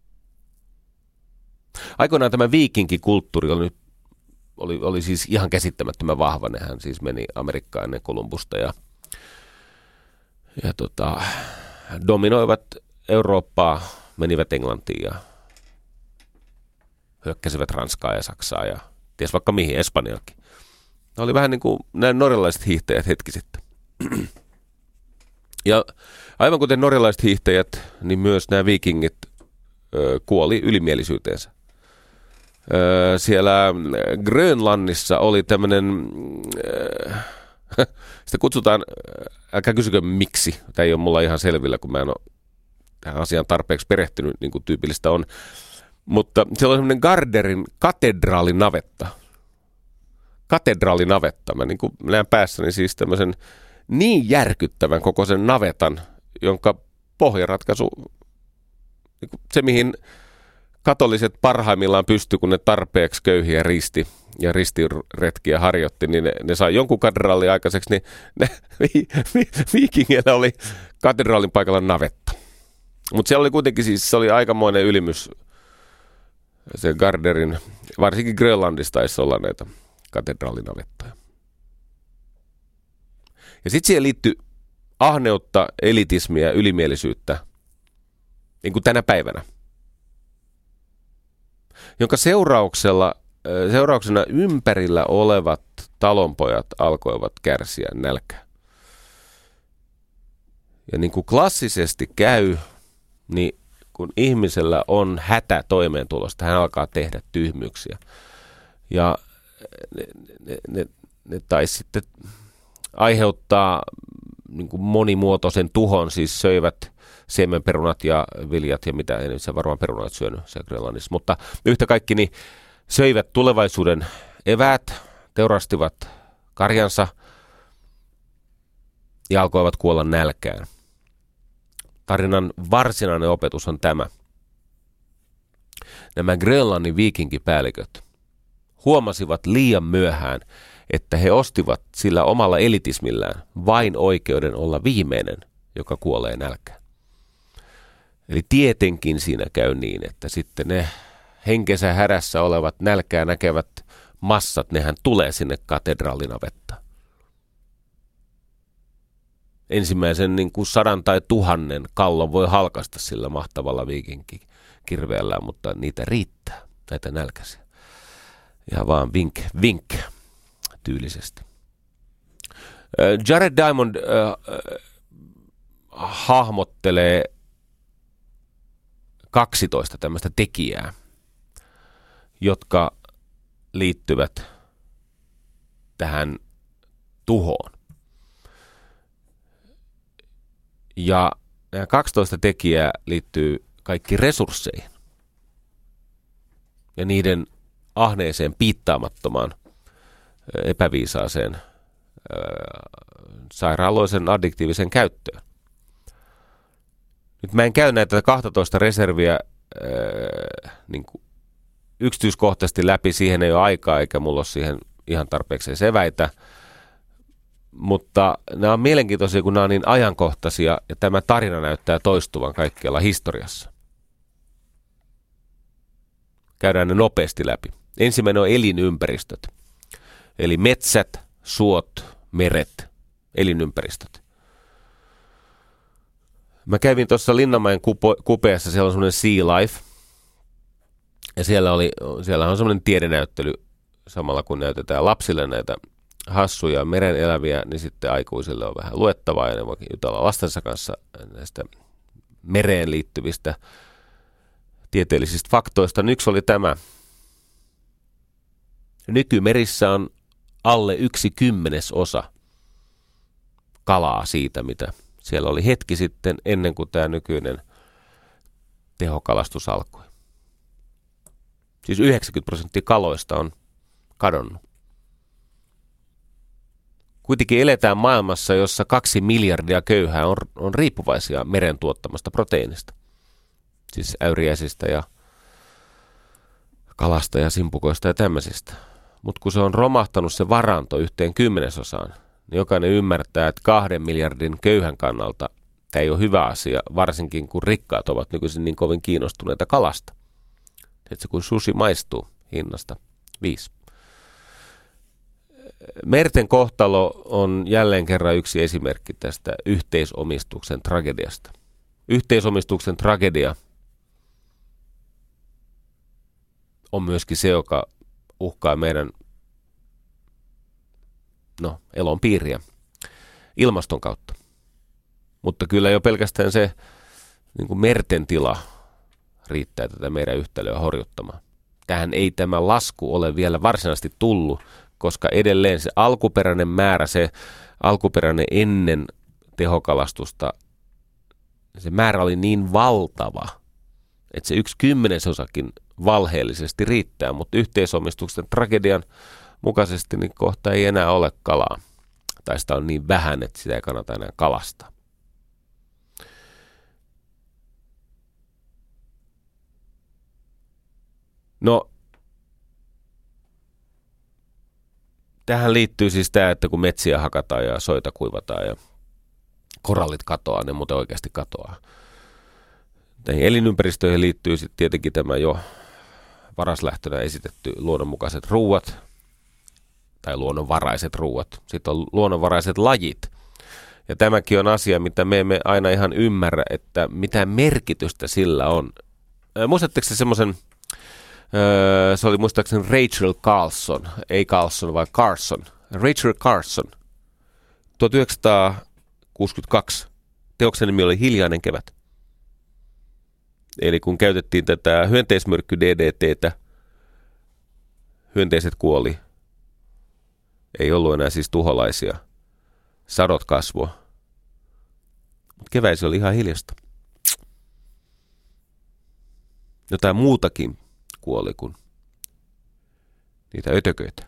Aikoinaan tämä viikinkikulttuuri oli, oli, oli siis ihan käsittämättömän vahva. Nehän siis meni Amerikkaan ennen Kolumbusta ja, ja tota, dominoivat Eurooppaa, menivät Englantiin ja hyökkäsivät Ranskaa ja Saksaa ja ties vaikka mihin, Espanjaakin. Ne oli vähän niin kuin nämä norjalaiset hiihtäjät hetki sitten. Ja aivan kuten norjalaiset hiihtäjät, niin myös nämä viikingit ö, kuoli ylimielisyyteensä. Ö, siellä Grönlannissa oli tämmöinen, sitä kutsutaan, älkää kysykö miksi, tämä ei ole mulla ihan selvillä, kun mä en ole tähän asiaan tarpeeksi perehtynyt, niin kuin tyypillistä on. Mutta siellä on semmoinen Garderin katedraalinavetta. Katedraalinavetta. Mä niin kuin näen päässäni siis tämmöisen niin järkyttävän kokoisen navetan, jonka pohjaratkaisu, niin kuin se mihin katoliset parhaimmillaan pystyi, kun ne tarpeeksi köyhiä risti ja ristiretkiä harjoitti, niin ne, ne sai jonkun katedraalin aikaiseksi, niin ne vi, vi, viikingeillä oli katedraalin paikalla navetta. Mutta siellä oli kuitenkin siis, se oli aikamoinen ylimys, se Garderin, varsinkin Grönlandissa taisi olla näitä katedraalinavettoja. Ja sitten siihen liittyi ahneutta, elitismiä, ylimielisyyttä, niin kuin tänä päivänä, jonka seurauksella, seurauksena ympärillä olevat talonpojat alkoivat kärsiä nälkää. Ja niin kuin klassisesti käy, niin kun ihmisellä on hätä toimeentulosta, hän alkaa tehdä tyhmyyksiä. Ja ne, ne, ne, ne taisi sitten aiheuttaa niin kuin monimuotoisen tuhon, siis söivät siemenperunat ja viljat ja mitä, en se varmaan perunat syönyt siellä Grönlannissa, mutta yhtä kaikki niin söivät tulevaisuuden eväät, teurastivat karjansa ja alkoivat kuolla nälkään. Tarinan varsinainen opetus on tämä. Nämä Grönlannin viikinkipäälliköt huomasivat liian myöhään, että he ostivat sillä omalla elitismillään vain oikeuden olla viimeinen, joka kuolee nälkään. Eli tietenkin siinä käy niin, että sitten ne henkensä hädässä olevat nälkää näkevät massat, nehän tulee sinne katedraalinavettaan. Ensimmäisen niin kuin sadan tai tuhannen kallon voi halkaista sillä mahtavalla viikinkikirveellä, mutta niitä riittää, näitä nälkäisiä. Ja vaan vink, vink tyylisesti. Jared Diamond äh, hahmottelee kaksitoista tämmöistä tekijää, jotka liittyvät tähän tuhoon. Ja nämä kaksitoista tekijää liittyy kaikki resursseihin ja niiden ahneeseen, piittaamattomaan, epäviisaaseen, sairaaloisen addiktiivisen käyttöön. Nyt mä en käy näitä kaksitoista reserviä ää, niin kuin yksityiskohtaisesti läpi, siihen ei ole aikaa eikä mulla ole siihen ihan tarpeeksi eväitä, mutta nämä on mielenkiintoisia, kun nämä on niin ajankohtaisia ja tämä tarina näyttää toistuvan kaikkialla historiassa. Käydään ne nopeasti läpi. Ensimmäinen on elinympäristöt, eli metsät, suot, meret, elinympäristöt. Mä kävin tuossa Linnanmäen kupo, kupeessa, siellä on semmoinen Sea Life, ja siellä, oli, siellä on semmoinen tiedenäyttely, samalla kun näytetään lapsille näitä hassuja meren eläviä, niin sitten aikuisille on vähän luettavaa, ja ne voi jutella lastensa kanssa näistä mereen liittyvistä tieteellisistä faktoista. Yksi oli tämä. Nykymerissä on alle yksi kymmenesosa kalaa siitä, mitä siellä oli hetki sitten ennen kuin tämä nykyinen tehokalastus alkoi. Siis yhdeksänkymmentä prosenttia kaloista on kadonnut. Kuitenkin eletään maailmassa, jossa kaksi miljardia köyhää on, on riippuvaisia meren tuottamasta proteiinista. Siis äyriäisistä ja kalasta ja simpukoista ja tämmöisistä. Mutta kun se on romahtanut se varanto yhteen kymmenesosaan, niin jokainen ymmärtää, että kahden miljardin köyhän kannalta tämä ei ole hyvä asia, varsinkin kun rikkaat ovat nykyisin niin kovin kiinnostuneita kalasta. Että se kun sushi maistuu hinnasta viisi. Merten kohtalo on jälleen kerran yksi esimerkki tästä yhteisomistuksen tragediasta. Yhteisomistuksen tragedia on myöskin se, joka uhkaa meidän no, elon piiriä ilmaston kautta. Mutta kyllä jo pelkästään se niin kuin merten tila riittää tätä meidän yhtälöä horjuttamaan. Tähän ei tämä lasku ole vielä varsinaisesti tullut, koska edelleen se alkuperäinen määrä, se alkuperäinen ennen tehokalastusta, se määrä oli niin valtava, että se yksi kymmenesosakin valheellisesti riittää, mutta yhteisomistuksen tragedian mukaisesti niin kohta ei enää ole kalaa. Tai sitä on niin vähän, että sitä ei kannata enää kalastaa. No, tähän liittyy siis tämä, että kun metsiä hakataan ja soita kuivataan ja korallit katoaa, ne muuten oikeasti katoaa. Näihin elinympäristöihin liittyy sitten tietenkin tämä jo varaslähtönä esitetty luonnonmukaiset ruuat tai luonnonvaraiset ruuat. Sitten on luonnonvaraiset lajit. Ja tämäkin on asia, mitä me emme aina ihan ymmärrä, että mitä merkitystä sillä on. Muistatteko se semmoisen, se oli muistaakseni Rachel Carson, ei Carlson vaan Carson. Rachel Carson, tuhatyhdeksänsataakuusikymmentäkaksi. Teoksen nimi oli Hiljainen kevät. Eli kun käytettiin tätä hyönteismyrkky D D T:tä, hyönteiset kuoli. Ei ollut enää siis tuholaisia. Sadot kasvoi. Mutta keväisin oli ihan hiljasta. Jotain muutakin kuoli kuin niitä ötököitä.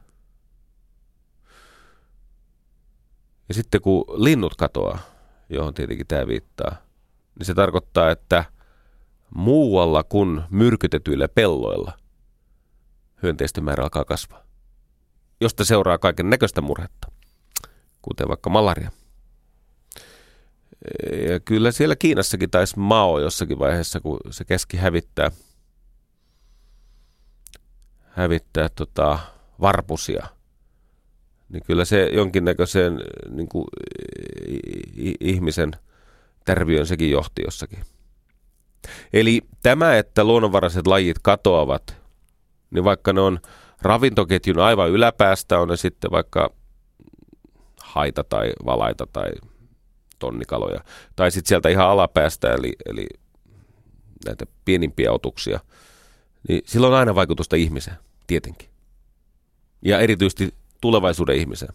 Ja sitten kun linnut katoaa, johon tietenkin tämä viittaa, niin se tarkoittaa, että muualla kuin myrkytetyillä pelloilla hyönteisten määrä alkaa kasvaa, josta seuraa kaiken näköistä murhetta, kuten vaikka malaria. Ja kyllä siellä Kiinassakin taisi Mao jossakin vaiheessa, kun se käski hävittää, hävittää tota varpusia, niin kyllä se jonkinnäköiseen niin kuin, ihmisen tärviön sekin johti jossakin. Eli tämä, että luonnonvaraiset lajit katoavat, niin vaikka ne on ravintoketjun aivan yläpäästä, on ne sitten vaikka haita tai valaita tai tonnikaloja. Tai sitten sieltä ihan alapäästä, eli, eli näitä pienimpiä otuksia. Niin sillä on aina vaikutusta ihmiseen, tietenkin. Ja erityisesti tulevaisuuden ihmiseen.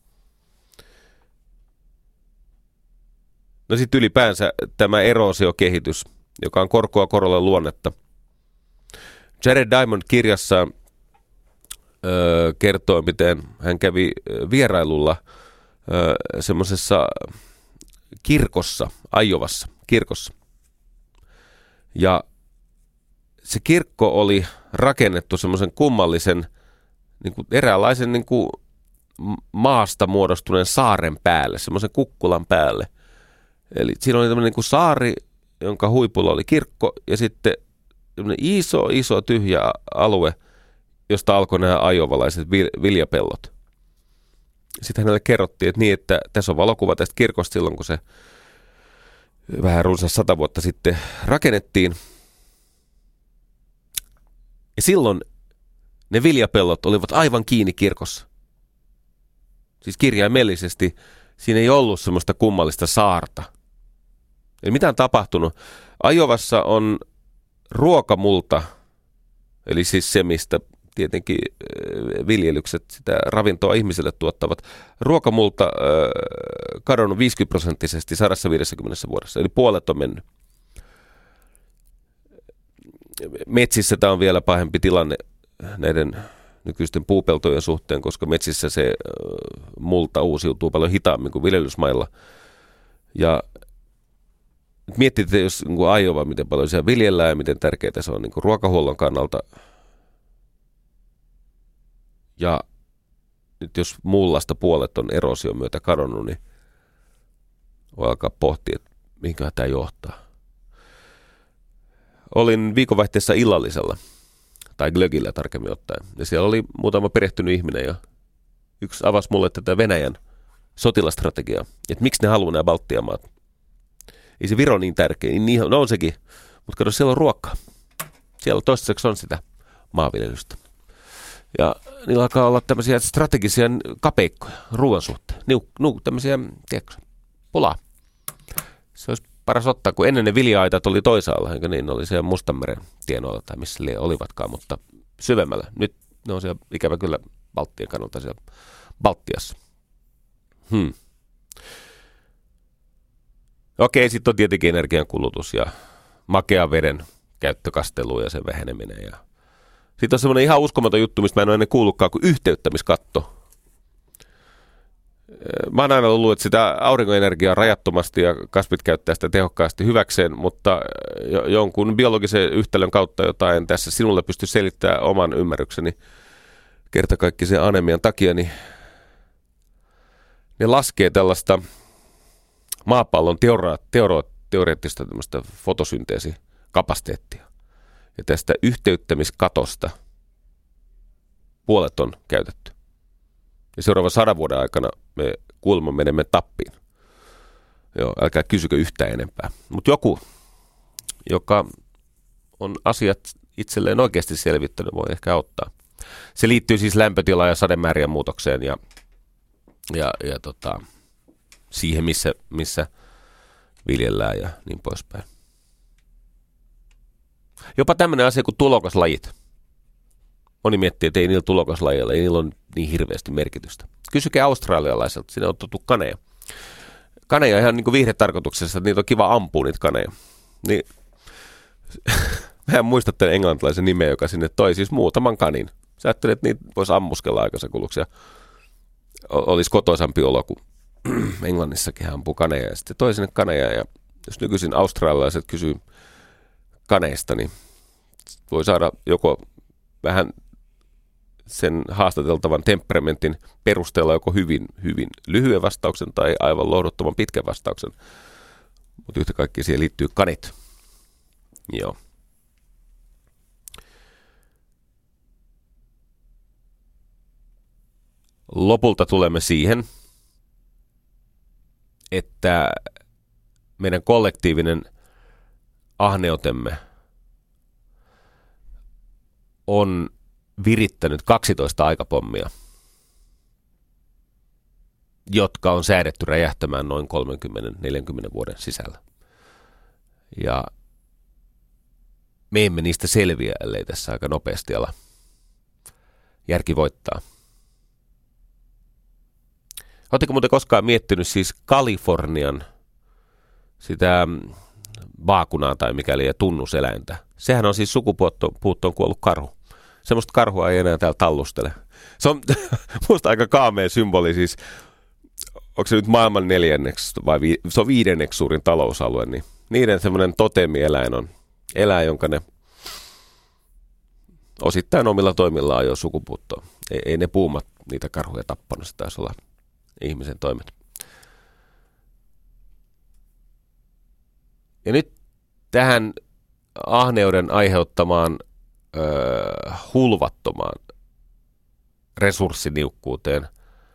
No sitten ylipäänsä tämä eroosiokehitys, joka on korkoa korolle luonnetta. Jared Diamond kirjassaan öö, kertoo, miten hän kävi vierailulla öö, semmoisessa kirkossa, Iowassa, kirkossa. Ja se kirkko oli rakennettu semmoisen kummallisen, niin kuin eräänlaisen niin kuin maasta muodostuneen saaren päälle, semmoisen kukkulan päälle. Eli siinä oli tämmöinen niin kuin saari, jonka huipulla oli kirkko, ja sitten iso, iso tyhjä alue, josta alkoi nämä ajovalaiset viljapellot. Sitten hänelle kerrottiin, että niin, että tässä on valokuva tästä kirkosta silloin, kun se vähän runsas sata vuotta sitten rakennettiin. Ja silloin ne viljapellot olivat aivan kiinni kirkossa. Siis kirjaimellisesti siinä ei ollut semmoista kummallista saarta. Eli mitä on tapahtunut? Iowassa on ruokamulta, eli siis se, mistä tietenkin viljelykset sitä ravintoa ihmiselle tuottavat. Ruokamulta äh, kadonnut viisikymmentä prosenttisesti sata viisikymmentä vuodessa, eli puolet on mennyt. Metsissä tämä on vielä pahempi tilanne näiden nykyisten puupeltojen suhteen, koska metsissä se äh, multa uusiutuu paljon hitaammin kuin viljelysmailla. Ja miettii, jos niin kuin Iowa, miten paljon siellä viljellään ja miten tärkeää se on niin kuin ruokahuollon kannalta. Ja nyt jos mullasta puolet on eroosion myötä kadonnut, niin voi alkaa pohtia, että mihinköhän tämä johtaa. Olin viikonvaihteessa illallisella, tai glögillä tarkemmin ottaen, ja siellä oli muutama perehtynyt ihminen, ja yksi avasi mulle tätä Venäjän sotilastrategiaa, että miksi ne haluaa nämä Baltian maat. Ei se Viro niin tärkeä, niin no on sekin, mutta kato, siellä on ruokaa. Siellä toistaiseksi on sitä maanviljelystä. Ja niillä alkaa olla tämmöisiä strategisia kapeikkoja ruoan suhteen. Niu, nu, tämmöisiä, tiedätkö, pulaa. Se olisi paras ottaa, kun ennen ne vilja-aitat oli toisaalla, eikö niin, oli siellä Mustanmeren tienoilla tai missä ne olivatkaan, mutta syvemmällä. Nyt ne on siellä ikävä kyllä Baltian kannalta siellä Baltiassa. Hmm. Okei, sitten on tietenkin energiankulutus ja makean veden käyttökastelu ja sen väheneminen. Ja sitten on semmoinen ihan uskomaton juttu, mistä mä en ole ennen kuullutkaan, kuin yhteyttämiskatto. Mä oon aina luullut, että sitä aurinkoenergiaa rajattomasti ja kasvit käyttää sitä tehokkaasti hyväkseen, mutta jonkun biologisen yhtälön kautta, jota en tässä sinulle pysty selittämään oman ymmärrykseni kertakaikkisen anemian takia, niin ne laskee tällaista maapallon teora- teoro- teoreettista tämmöistä fotosynteesikapasiteettia. Ja tästä yhteyttämiskatosta puolet on käytetty. Ja seuraavan sadan vuoden aikana me kuulemma menemme tappiin. Joo, älkää kysykö yhtään enempää. Mutta joku, joka on asiat itselleen oikeasti selvittänyt, voi ehkä auttaa. Se liittyy siis lämpötilaan ja sademäärien muutokseen ja, ja, ja tota, siihen, missä, missä viljellään ja niin poispäin. Jopa tämmöinen asia kuin tulokaslajit. Moni miettii, että ei niillä tulokaslajeilla, ei niillä ole niin hirveästi merkitystä. Kysykää australialaiselta, sinne on tottu kaneja. Kaneja ihan niin kuin viihdetarkoituksessa, että niitä on kiva ampua niitä kaneja. Niin, mä en muista tämän englantilaisen nimeä, joka sinne toi siis muutaman kanin. Sä ajattelet, että niitä voisi ammuskella aikansa kuluksi ja olisi kotoisampi olo, kun Englannissakin ampuu kaneja. Ja sitten toi sinne kaneja ja jos nykyisin australialaiset kysyy kaneista, niin voi saada joko vähän sen haastateltavan temperamentin perusteella joko hyvin, hyvin lyhyen vastauksen tai aivan lohduttoman pitkän vastauksen. Mutta yhtä kaikki siihen liittyy kanit. Joo. Lopulta tulemme siihen, että meidän kollektiivinen ahneutemme on virittänyt kaksitoista aikapommia. jotka on säädetty räjähtämään noin kolmekymmentä neljäkymmentä vuoden sisällä. Ja me emme niistä selviä, ellei tässä aika nopeasti ala järki voittaa. Oletteko muuten koskaan miettinyt siis Kalifornian sitä vaakunaa tai mikäli ja tunnuseläintä? Sehän on siis sukupuuttoon kuollut karhu. Semmoista karhua ei enää täällä tallustele. Se on musta aika kaamea symboli siis. Onko se nyt maailman neljänneksi vai vi- se on viidenneksi suurin talousalue, niin niiden semmoinen totemieläin on eläin, jonka ne osittain omilla toimillaan jo sukupuuttoon. Ei, ei ne puumat niitä karhuja tappanut, se taisi olla ihmisen toimet. Ja nyt tähän ahneuden aiheuttamaan öö, hulvattomaan resurssiniukkuuteen.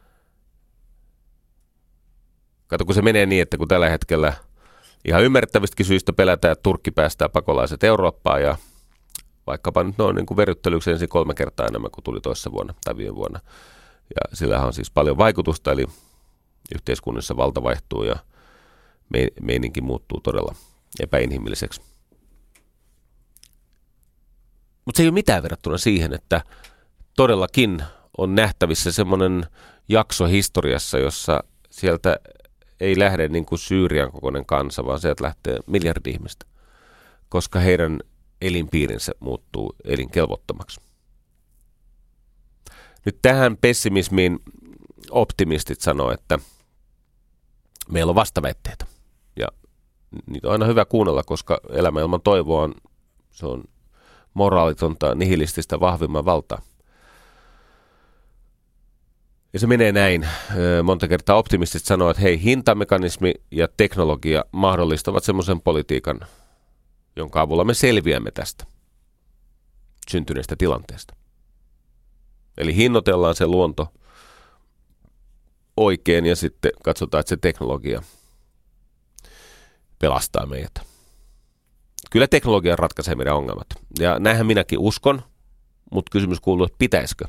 Kato, kun se menee niin, että kun tällä hetkellä ihan ymmärrettävistäkin syistä pelätään, että Turkki päästää pakolaiset Eurooppaan ja vaikkapa nyt noin niin kuin verryttelyksi ensin kolme kertaa enemmän kuin tuli toissa vuonna tai viime vuonna. Ja sillähän on siis paljon vaikutusta, eli yhteiskunnassa valta vaihtuu ja meininki muuttuu todella epäinhimilliseksi. Mutta se ei ole mitään verrattuna siihen, että todellakin on nähtävissä semmoinen jakso historiassa, jossa sieltä ei lähde niin kuin Syyrian kokoinen kansa, vaan sieltä lähtee miljardi ihmistä, koska heidän elinpiirinsä muuttuu elinkelvottomaksi. Nyt tähän pessimismiin optimistit sanoo, että meillä on vastaväitteitä. Ja niitä on aina hyvä kuunnella, koska elämä ilman toivoa on, se on moraalitonta, nihilististä, vahvimman valtaa. Ja se menee näin. Monta kertaa optimistit sanoo, että hei, hintamekanismi ja teknologia mahdollistavat semmoisen politiikan, jonka avulla me selviämme tästä syntyneestä tilanteesta. Eli hinnoitellaan se luonto oikein ja sitten katsotaan, että se teknologia pelastaa meidät. Kyllä teknologia ratkaisee meidän ongelmat. Ja näinhän minäkin uskon, mutta kysymys kuuluu, että pitäisikö?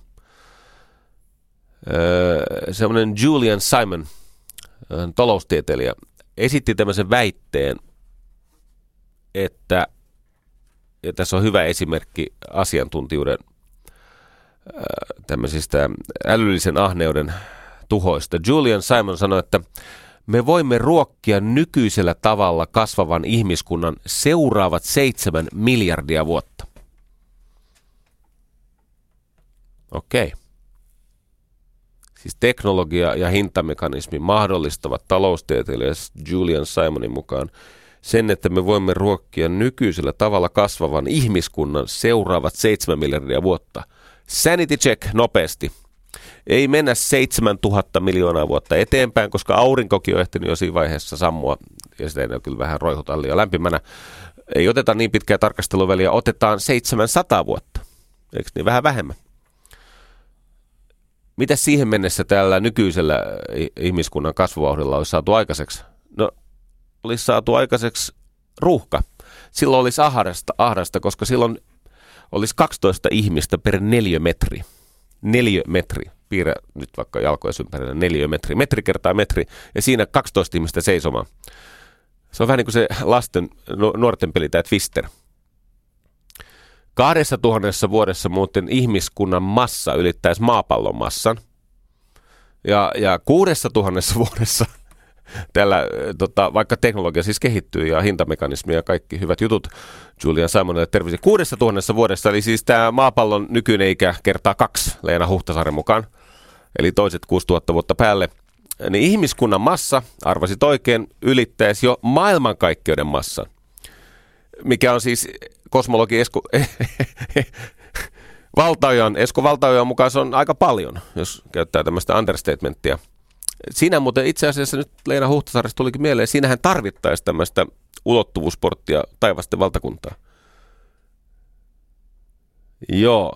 Öö, semmoinen Julian Simon, taloustieteilijä, esitti tämmöisen väitteen, että, ja tässä on hyvä esimerkki asiantuntijuuden tämmöisistä älyllisen ahneuden tuhoista. Julian Simon sanoi, että me voimme ruokkia nykyisellä tavalla kasvavan ihmiskunnan seuraavat seitsemän miljardia vuotta. Okei. Siis teknologia ja hintamekanismi mahdollistavat taloustieteilijä Julian Simonin mukaan sen, että me voimme ruokkia nykyisellä tavalla kasvavan ihmiskunnan seuraavat seitsemän miljardia vuotta. Sanity check nopeasti. Ei mennä seitsemäntuhatta miljoonaa vuotta eteenpäin, koska aurinkokin on ehtinyt jo siinä vaiheessa sammua, ja sitä ei kyllä vähän roihuta liian lämpimänä. Ei oteta niin pitkää tarkasteluväliä, otetaan seitsemänsataa vuotta. Eikö niin vähän vähemmän? Mitä siihen mennessä tällä nykyisellä ihmiskunnan kasvuvauhdilla olisi saatu aikaiseksi? No, olisi saatu aikaiseksi ruuhka. Silloin olisi ahdasta, ahdasta koska silloin olisi kaksitoista ihmistä per neliömetri. Neliömetri. Piirrä nyt vaikka jalkoja ympärillä neliömetri. Metri kertaa metri. Ja siinä kaksitoista ihmistä seisomaan. Se on vähän niin kuin se lasten, nuorten peli, tämä Twister. Kahdessa tuhannessa vuodessa muuten ihmiskunnan massa ylittäisi maapallon massan. Ja, ja kuudessa tuhannessa vuodessa tällä, tota, vaikka teknologia siis kehittyy ja hintamekanismi ja kaikki hyvät jutut Julian Simonille terveisiä. Kuudessa tuhannessa vuodessa, eli siis tämä maapallon nykyinen ikä kertaa kaksi Leena Huhtasaaren mukaan, eli toiset kuusituhatta vuotta päälle, niin ihmiskunnan massa, arvasit oikein, ylittäisi jo maailmankaikkeuden massan, mikä on siis kosmologi Esko Valtaojan, Esko Valtaojan mukaan se on aika paljon, jos käyttää tämmöistä understatementtia. Siinä muuten itse asiassa nyt Leena Huhtasaaresta tulikin mieleen, siinähän tarvittaisiin tämmöistä ulottuvuusporttia taivasten valtakuntaa. Joo.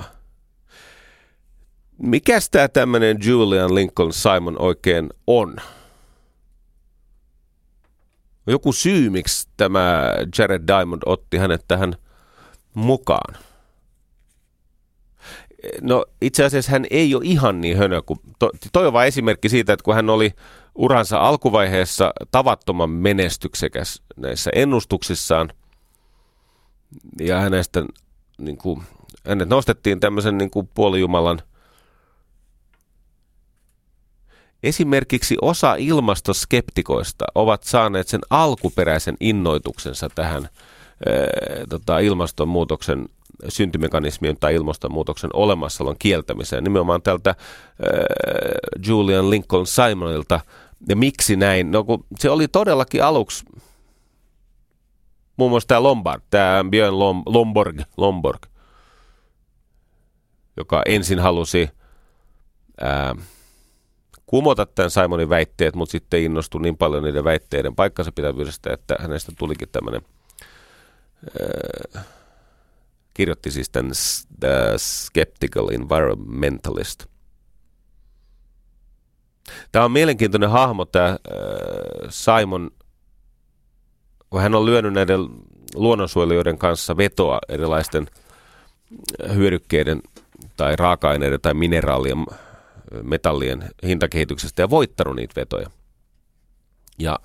Mikäs tämä tämmöinen Julian Lincoln Simon oikein on? Joku syy, miksi tämä Jared Diamond otti hänet tähän mukaan. No itse asiassa hän ei ole ihan niin hönö kuin, to, toi on vain esimerkki siitä, että kun hän oli uransa alkuvaiheessa tavattoman menestyksekäs näissä ennustuksissaan, ja hänestä, niin kuin, hänet nostettiin tämmöisen niin kuin puolijumalan. Esimerkiksi osa ilmastoskeptikoista ovat saaneet sen alkuperäisen innoituksensa tähän ää, tota, ilmastonmuutoksen syntymekanismien tai ilmastonmuutoksen olemassaolon kieltämiseen, nimenomaan tältä ää, Julian Lincoln Simonilta. Ja miksi näin? No kun se oli todellakin aluksi, muun muassa tämä Lombard, tämä Björn Lomborg, Lomborg, joka ensin halusi ää, kumota tämän Simonin väitteet, mutta sitten innostui niin paljon niiden väitteiden paikkansa pitävyydestä, että hänestä tulikin tämmöinen, ää, kirjoitti siis tämän The Skeptical Environmentalist. Tämä on mielenkiintoinen hahmo, tämä ää, Simon, kun hän on lyönyt näiden luonnonsuojelijoiden kanssa vetoa erilaisten hyödykkeiden tai raaka-aineiden tai mineraalien, metallien hintakehityksestä ja voittanut niitä vetoja. Ja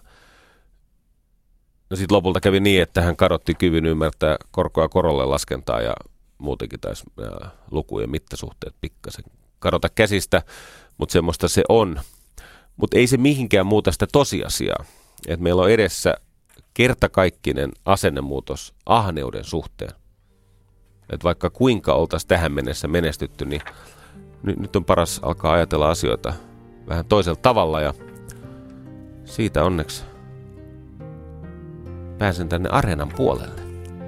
no sitten lopulta kävi niin, että hän kadotti kyvyn ymmärtää korkoa korolle laskentaa ja muutenkin taisi ja lukujen mittasuhteet pikkasen kadota käsistä, mutta semmoista se on. Mutta ei se mihinkään muuta sitä tosiasiaa, että meillä on edessä kertakaikkinen asennemuutos ahneuden suhteen. Että vaikka kuinka oltaisiin tähän mennessä menestytty, niin nyt, nyt on paras alkaa ajatella asioita vähän toisella tavalla ja siitä onneksi pääsen tänne areenan puolelle.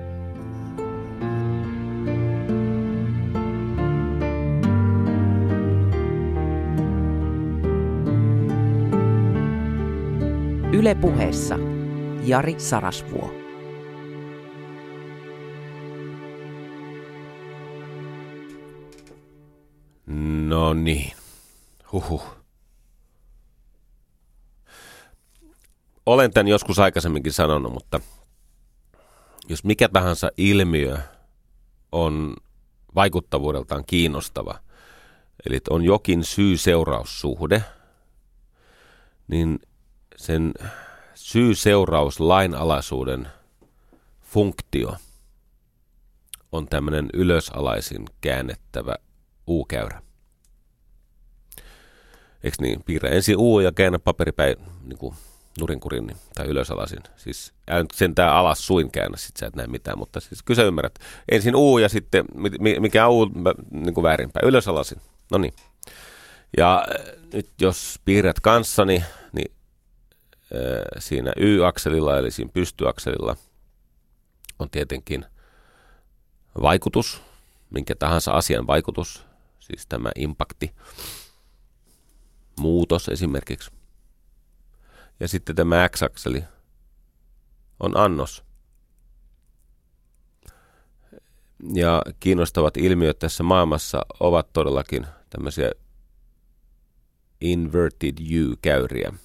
Yle Puheessa Jari Sarasvuo. No niin. Huhhuh. Olen tämän joskus aikaisemminkin sanonut, mutta jos mikä tahansa ilmiö on vaikuttavuudeltaan kiinnostava, eli on jokin syy-seuraussuhde, niin sen syy-seuraus lainalaisuuden funktio on tämmöinen ylösalaisin käännettävä U-käyrä. Eikö niin? Piirrä ensin U ja käännä paperipäin niin kuin nurinkurin niin, tai ylösalaisin. Siis älä nyt sentään alas suin käännä, sit sä et näe mitään, mutta siis kyllä sä ymmärrät. Ensin U ja sitten, mikä on U niin kuin väärinpäin, ylösalaisin. No niin. Ja nyt jos piirrät kanssani, niin äh, siinä Y-akselilla eli siinä pystyakselilla on tietenkin vaikutus, minkä tahansa asian vaikutus, siis tämä impakti, muutos esimerkiksi. Ja sitten tämä X-akseli on annos. Ja kiinnostavat ilmiöt tässä maailmassa ovat todellakin tämmöisiä inverted U-käyriä.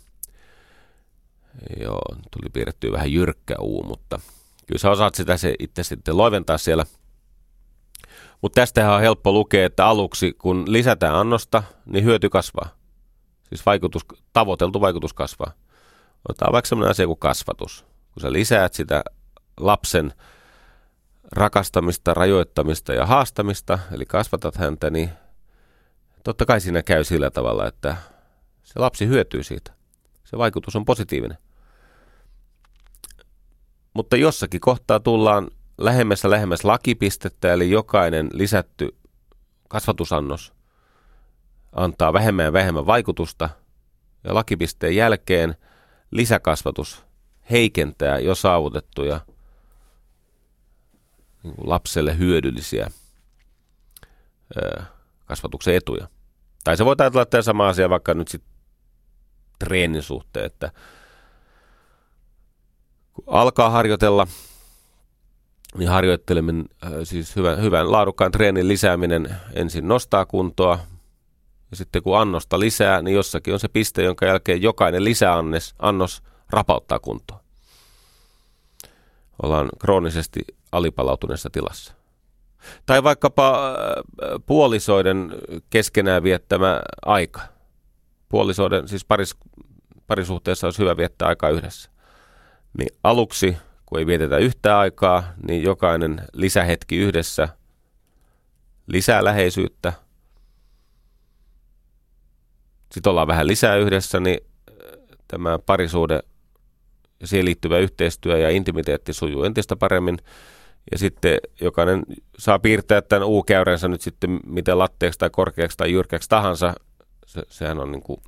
Joo, tuli piirrettyä vähän jyrkkä U, mutta kyllä sä osaat sitä se itse sitten loiventaa siellä. Mutta tästähän on helppo lukea, että aluksi kun lisätään annosta, niin hyöty kasvaa. Siis vaikutus, tavoiteltu vaikutus kasvaa. Otetaan vaikka sellainen asia kuin kasvatus. Kun sä lisäät sitä lapsen rakastamista, rajoittamista ja haastamista, eli kasvatat häntä, niin totta kai siinä käy sillä tavalla, että se lapsi hyötyy siitä. Se vaikutus on positiivinen. Mutta jossakin kohtaa tullaan lähemmässä lähemmäs lakipistettä, eli jokainen lisätty kasvatusannos antaa vähemmän ja vähemmän vaikutusta, ja lakipisteen jälkeen lisäkasvatus heikentää jo saavutettuja niin kuin lapselle hyödyllisiä ö, kasvatuksen etuja. Tai se voi ajatella tämä sama asia vaikka nyt sitten treenin suhteen, että kun alkaa harjoitella, niin harjoitteleminen, siis hyvän, hyvän laadukkaan treenin lisääminen ensin nostaa kuntoa, ja sitten kun annosta lisää, niin jossakin on se piste, jonka jälkeen jokainen lisäannos annos rapauttaa kuntoa. Ollaan kroonisesti alipalautuneessa tilassa. Tai vaikkapa puolisoiden keskenään viettämä aika. Puolisoiden, siis paris, parisuhteessa olisi hyvä viettää aikaa yhdessä. Niin aluksi, kun ei vietetä yhtään aikaa, niin jokainen lisähetki yhdessä lisää läheisyyttä. Sitten ollaan vähän lisää yhdessä, niin tämä parisuhde ja siihen liittyvä yhteistyö ja intimiteetti sujuu entistä paremmin. Ja sitten jokainen saa piirtää tämän U-käyränsä nyt sitten miten latteeksi tai korkeaksi tai jyrkäksi tahansa. Se, sehän on niin kuin,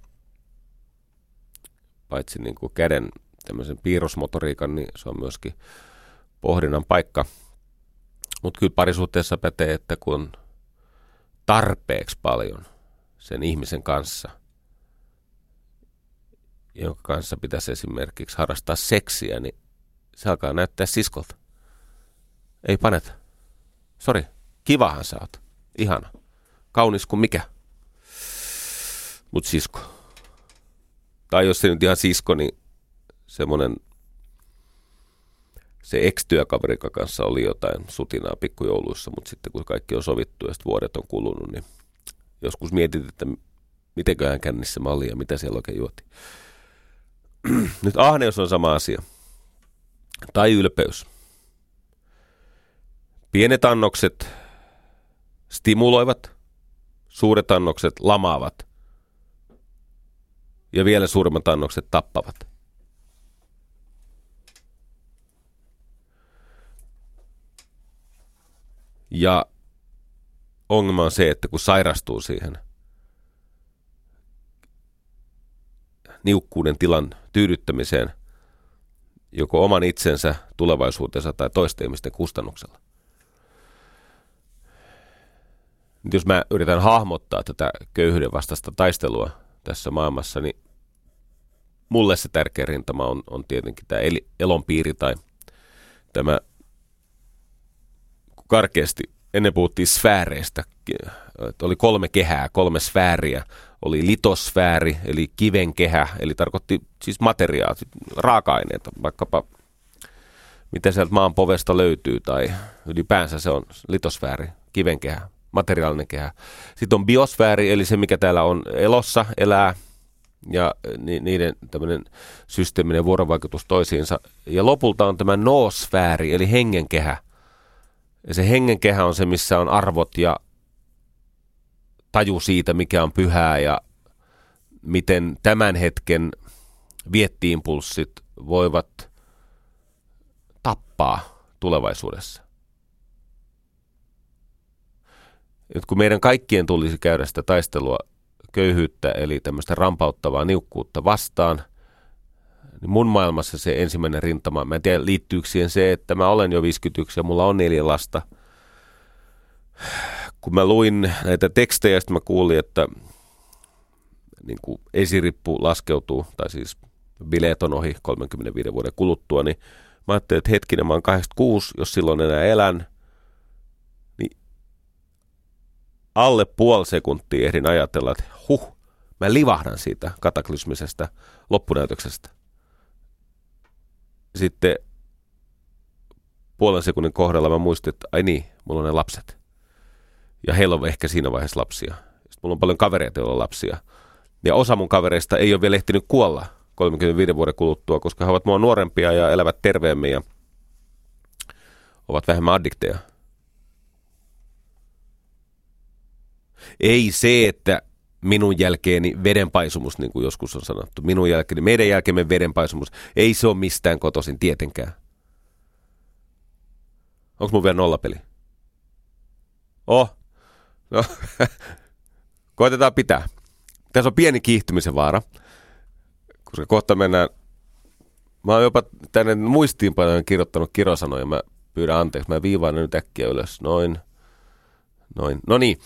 paitsi niin kuin käden tämmöisen piirrosmotoriikan, niin se on myöskin pohdinnan paikka. Mutta kyllä parisuhteessa pätee, että kun on tarpeeksi paljon sen ihmisen kanssa, jonka kanssa pitäisi esimerkiksi harrastaa seksiä, niin se alkaa näyttää siskolta. Ei paneta. Sori, kivahan sä oot. Ihana. Kaunis kuin mikä. Mut sisko. Tai jos se nyt ihan sisko, niin semmonen se ex-työkaveri kanssa oli jotain sutinaa pikkujouluissa, mutta sitten kun kaikki on sovittu ja sitten vuodet on kulunut, niin joskus mietit, että mitenköhän kännissä mä olin ja mitä siellä oikein juotiin. Nyt ahneus on sama asia. Tai ylpeys. Pienet annokset stimuloivat, suuret annokset lamaavat ja vielä suuremmat annokset tappavat. Ja ongelma on se, että kun sairastuu siihen niukkuuden tilan tyydyttämiseen joko oman itsensä, tulevaisuutensa tai toisten ihmisten kustannuksella. Nyt jos mä yritän hahmottaa tätä köyhyyden vastaista taistelua tässä maailmassa, niin mulle se tärkeä rintama on, on tietenkin tämä elonpiiri tai tämä, kun karkeasti ennen puhuttiin sfääreistä, että oli kolme kehää, kolme sfääriä, oli litosfääri, eli kiven kehä, eli tarkoitti siis materiaalit, raaka-aineita, vaikkapa mitä sieltä maan povesta löytyy, tai ylipäänsä se on litosfääri, kiven kehä, materiaalinen kehä. Sitten on biosfääri, eli se mikä täällä on elossa, elää, ja niiden tämmöinen systeeminen vuorovaikutus toisiinsa. Ja lopulta on tämä noosfääri, eli hengenkehä. Ja se hengenkehä on se, missä on arvot ja taju siitä, mikä on pyhää ja miten tämän hetken viettiimpulssit voivat tappaa tulevaisuudessa. Nyt kun meidän kaikkien tulisi käydä sitä taistelua köyhyyttä, eli tämmöistä rampauttavaa niukkuutta vastaan, niin mun maailmassa se ensimmäinen rintama, mä en tiedä liittyykö siihen se, että mä olen jo viisikymmentäyksi ja mulla on neljä lasta. Kun mä luin näitä tekstejä, sitten mä kuulin, että niin kuin esirippu laskeutuu, tai siis bileet on ohi kolmekymmentäviisi vuoden kuluttua, niin mä ajattelin, että hetkinen, mä oon kahdeksankymmentäkuusi, jos silloin enää elän, niin alle puoli sekuntia ehdin ajatella, että huh, mä livahdan siitä kataklysmisestä loppunäytöksestä. Sitten puolen sekunnin kohdalla mä muistin, että ai niin, mulla on ne lapset. Ja heillä on ehkä siinä vaiheessa lapsia. Sitten mulla on paljon kavereita, joilla on lapsia. Ja osa mun kavereista ei ole vielä ehtinyt kuolla kolmekymmentäviisi vuoden kuluttua, koska he ovat mua nuorempia ja elävät terveemmin ja ovat vähemmän addikteja. Ei se, että minun jälkeeni vedenpaisumus, niin kuin joskus on sanottu, minun jälkeeni, meidän jälkeemme vedenpaisumus, ei se ole mistään kotoisin tietenkään. Onko mun vielä nollapeli? Oh, no, koitetaan pitää. Tässä on pieni kiihtymisen vaara, koska kohta mennään, mä oon jopa tänne muistiinpanojen kirjoittanut kirosanoja, mä pyydän anteeksi, mä viivaan ne nyt äkkiä ylös, noin, noin, no niin.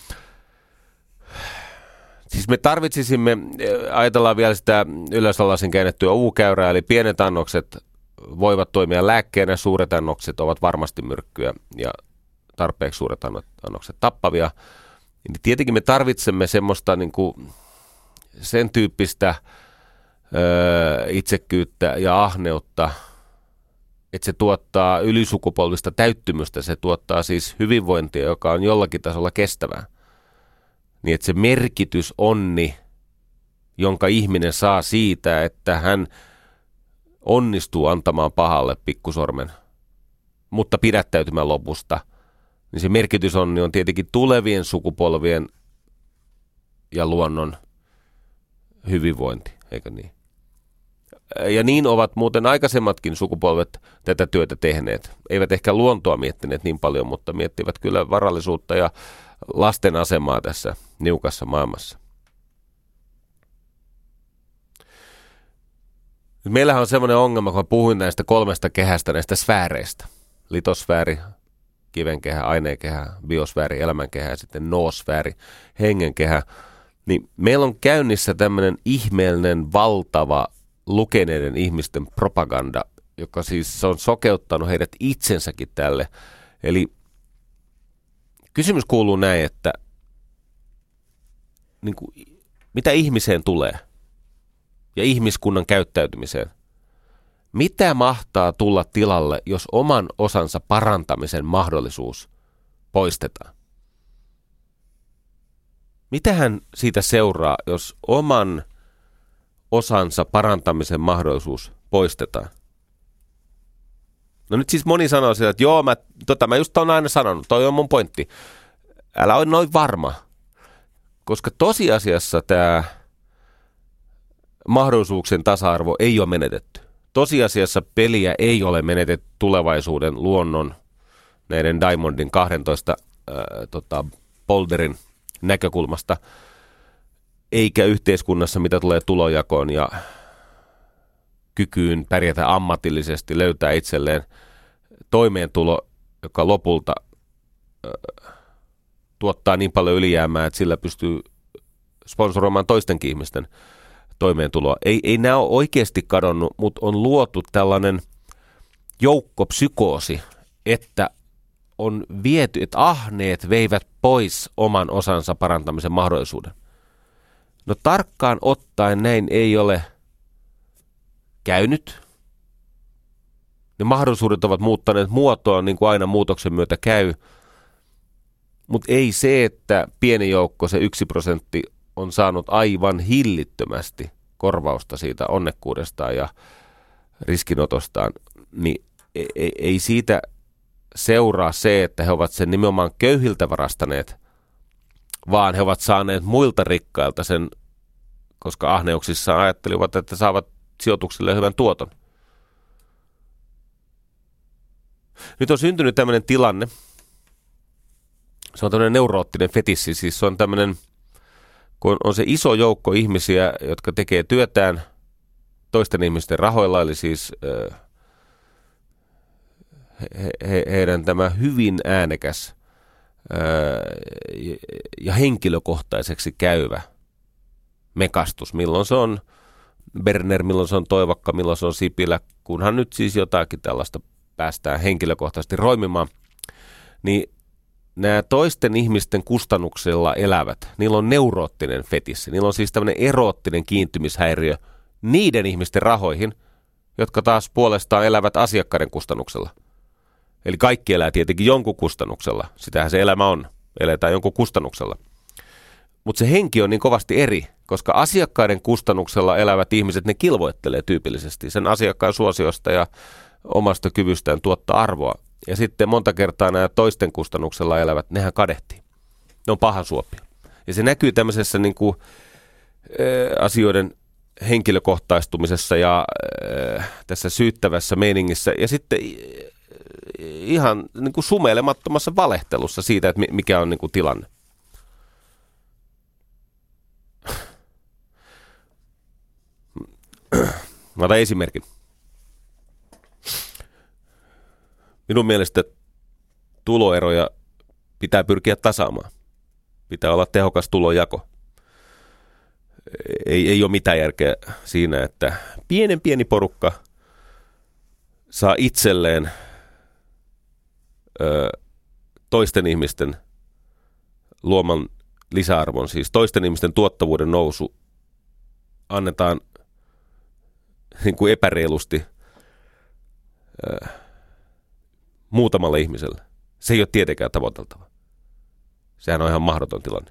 Siis me tarvitsisimme, ajatellaan vielä sitä ylösalaisin käännettyä U-käyrää, eli pienet annokset voivat toimia lääkkeenä, suuret annokset ovat varmasti myrkkyä ja tarpeeksi suuret annokset tappavia. Niin tietenkin me tarvitsemme semmoista niin kuin sen tyyppistä öö, itsekkyyttä ja ahneutta, että se tuottaa ylisukupolvista täyttymystä, se tuottaa siis hyvinvointia, joka on jollakin tasolla kestävää. Niin että se merkitys, onni, jonka ihminen saa siitä, että hän onnistuu antamaan pahalle pikkusormen, mutta pidättäytymään lopusta, niin se merkitysonni on tietenkin tulevien sukupolvien ja luonnon hyvinvointi, eikö niin? Ja niin ovat muuten aikaisemmatkin sukupolvet tätä työtä tehneet. Eivät ehkä luontoa miettineet niin paljon, mutta miettivät kyllä varallisuutta ja lasten asemaa tässä niukassa maailmassa. Meillähän on semmoinen ongelma, kun mä puhuin näistä kolmesta kehästä, näistä sfääreistä. Litosfääri, kivenkehä, aineenkehä, biosfääri, elämänkehä ja sitten noosfääri, hengenkehä. Niin meillä on käynnissä tämmöinen ihmeellinen, valtava lukeneiden ihmisten propaganda, joka siis on sokeuttanut heidät itsensäkin tälle. Eli kysymys kuuluu näin, että niin kuin, mitä ihmiseen tulee ja ihmiskunnan käyttäytymiseen? Mitä mahtaa tulla tilalle, jos oman osansa parantamisen mahdollisuus poistetaan? Mitähän siitä seuraa, jos oman osansa parantamisen mahdollisuus poistetaan? No nyt siis moni sanoo sitä, että joo, mä, tota, mä just oon aina sanonut, toi on mun pointti. Älä ole noin varma, koska tosiasiassa tämä mahdollisuuksien tasa-arvo ei ole menetetty. Tosiasiassa peliä ei ole menetetty tulevaisuuden luonnon, näiden Diamondin kahdentoista ää, tota, polderin näkökulmasta, eikä yhteiskunnassa, mitä tulee tulonjakoon ja kykyyn pärjätä ammatillisesti, löytää itselleen toimeentulo, joka lopulta ää, tuottaa niin paljon ylijäämää, että sillä pystyy sponsoroimaan toistenkin ihmisten toimeentuloa. Ei, ei nämä ole oikeasti kadonnut, mutta on luotu tällainen joukkopsykoosi, että on viety, että ahneet veivät pois oman osansa parantamisen mahdollisuuden. No tarkkaan ottaen näin ei ole käynyt. Ne mahdollisuudet ovat muuttaneet muotoa, niin kuin aina muutoksen myötä käy. Mutta ei se, että pieni joukko, se yksi prosentti, on saanut aivan hillittömästi korvausta siitä onnekkuudestaan ja riskinotostaan, niin ei, ei siitä seuraa se, että he ovat sen nimenomaan köyhiltä varastaneet, vaan he ovat saaneet muilta rikkailta sen, koska ahneuksissaan ajattelivat, että saavat sijoituksille hyvän tuoton. Nyt on syntynyt tämmöinen tilanne, se on tämmöinen neuroottinen fetissi, siis se on tämmöinen, kun on se iso joukko ihmisiä, jotka tekee työtään toisten ihmisten rahoilla, eli siis he, he, heidän tämä hyvin äänekäs ja henkilökohtaiseksi käyvä mekastus, milloin se on Berner, milloin se on Toivakka, milloin se on Sipilä, kunhan nyt siis jotakin tällaista päästään henkilökohtaisesti roimimaan, niin nämä toisten ihmisten kustannuksella elävät, niillä on neuroottinen fetissi, niillä on siis tämmöinen eroottinen kiintymishäiriö niiden ihmisten rahoihin, jotka taas puolestaan elävät asiakkaiden kustannuksella. Eli kaikki elää tietenkin jonkun kustannuksella, sitähän se elämä on, eletään jonkun kustannuksella. Mutta se henki on niin kovasti eri, koska asiakkaiden kustannuksella elävät ihmiset, ne kilvoittelee tyypillisesti sen asiakkaan suosiosta ja omasta kyvystään tuottaa arvoa. Ja sitten monta kertaa nämä toisten kustannuksella elävät, nehän kadehtii. Ne on pahan suopia. Ja se näkyy tämmöisessä niin kuin, ä, asioiden henkilökohtaistumisessa ja ä, tässä syyttävässä meiningissä. Ja sitten ä, ihan niin kuin sumeilemattomassa valehtelussa siitä, että mikä on niin kuin tilanne. Mä otan esimerkin. Minun mielestä tuloeroja pitää pyrkiä tasaamaan. Pitää olla tehokas tulonjako. Ei, ei ole mitään järkeä siinä, että pienen pieni porukka saa itselleen ö, toisten ihmisten luoman lisäarvon, siis toisten ihmisten tuottavuuden nousu annetaan niin kuin epäreilusti ö, muutamalle ihmiselle. Se ei ole tietenkään tavoiteltava. Sehän on ihan mahdoton tilanne.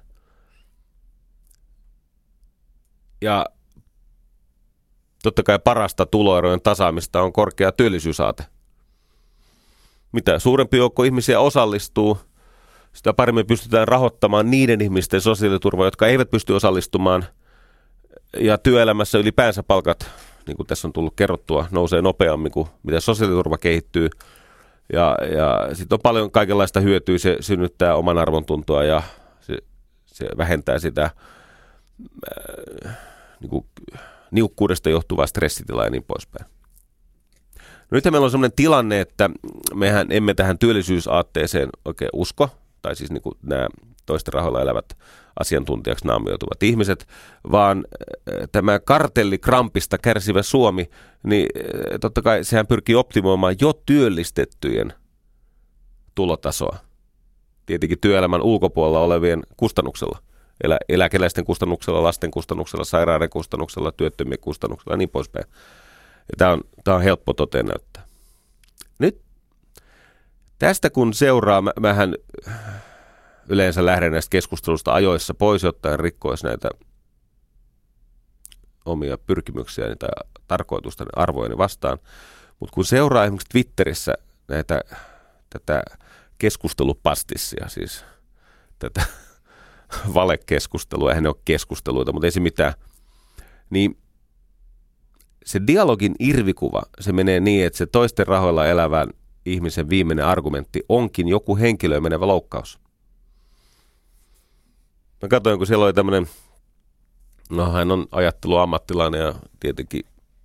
Ja totta kai parasta tuloerojen tasaamista on korkea työllisyysaate. Mitä suurempi joukko ihmisiä osallistuu, sitä paremmin pystytään rahoittamaan niiden ihmisten sosiaaliturvaa, jotka eivät pysty osallistumaan. Ja työelämässä ylipäänsä palkat, niin kuin tässä on tullut kerrottua, nousee nopeammin kuin mitä sosiaaliturva kehittyy. Ja, ja sitten on paljon kaikenlaista hyötyä, se synnyttää oman arvontuntoa ja se, se vähentää sitä äh, niin kuin niukkuudesta johtuvaa stressitilaa ja niin poispäin. No nythän meillä on sellainen tilanne, että mehän emme tähän työllisyysaatteeseen oikein usko, tai siis niin kuin nämä toisten rahoilla elävät asiantuntijaksi naamioituvat ihmiset, vaan tämä kartellikrampista kärsivä Suomi, niin totta kai sehän pyrkii optimoimaan jo työllistettyjen tulotasoa. Tietenkin työelämän ulkopuolella olevien kustannuksella, elä, eläkeläisten kustannuksella, lasten kustannuksella, sairaiden kustannuksella, työttömien kustannuksella ja niin poispäin. Ja tämä on, tämä on helppo toteen näyttää. Nyt tästä kun seuraa, mä, mähän yleensä lähden näistä keskustelusta ajoissa pois, jotta en rikkoisi näitä omia pyrkimyksiä tai tarkoitusta arvojeni vastaan. Mutta kun seuraa esimerkiksi Twitterissä näitä, tätä keskustelupastissia, siis tätä valekeskustelua, eihän ne ole keskusteluita, mutta ei se mitään, niin se dialogin irvikuva, se menee niin, että se toisten rahoilla elävän ihmisen viimeinen argumentti onkin joku henkilöön menevä loukkaus. Mä katsoin, kun siellä oli tämmöinen, no hän on ajatteluammattilainen ja tietenkin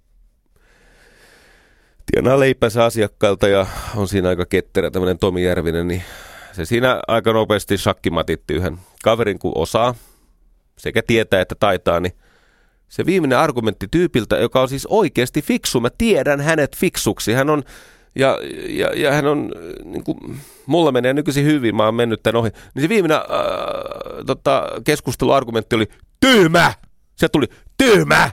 tienaa leipänsä asiakkailta ja on siinä aika ketterä tämmöinen Tomi Järvinen, niin se siinä aika nopeasti shakkimatitti yhden kaverin, kun osaa sekä tietää että taitaa, niin se viimeinen argumentti tyypiltä, joka on siis oikeasti fiksu, mä tiedän hänet fiksuksi, hän on, ja, ja, ja hän on, niin kuin, mulla menee nykyisin hyvin, mä oon mennyt tän ohi, niin se viimeinen äh, tota, keskusteluargumentti oli tyhmä, se tuli tyhmä.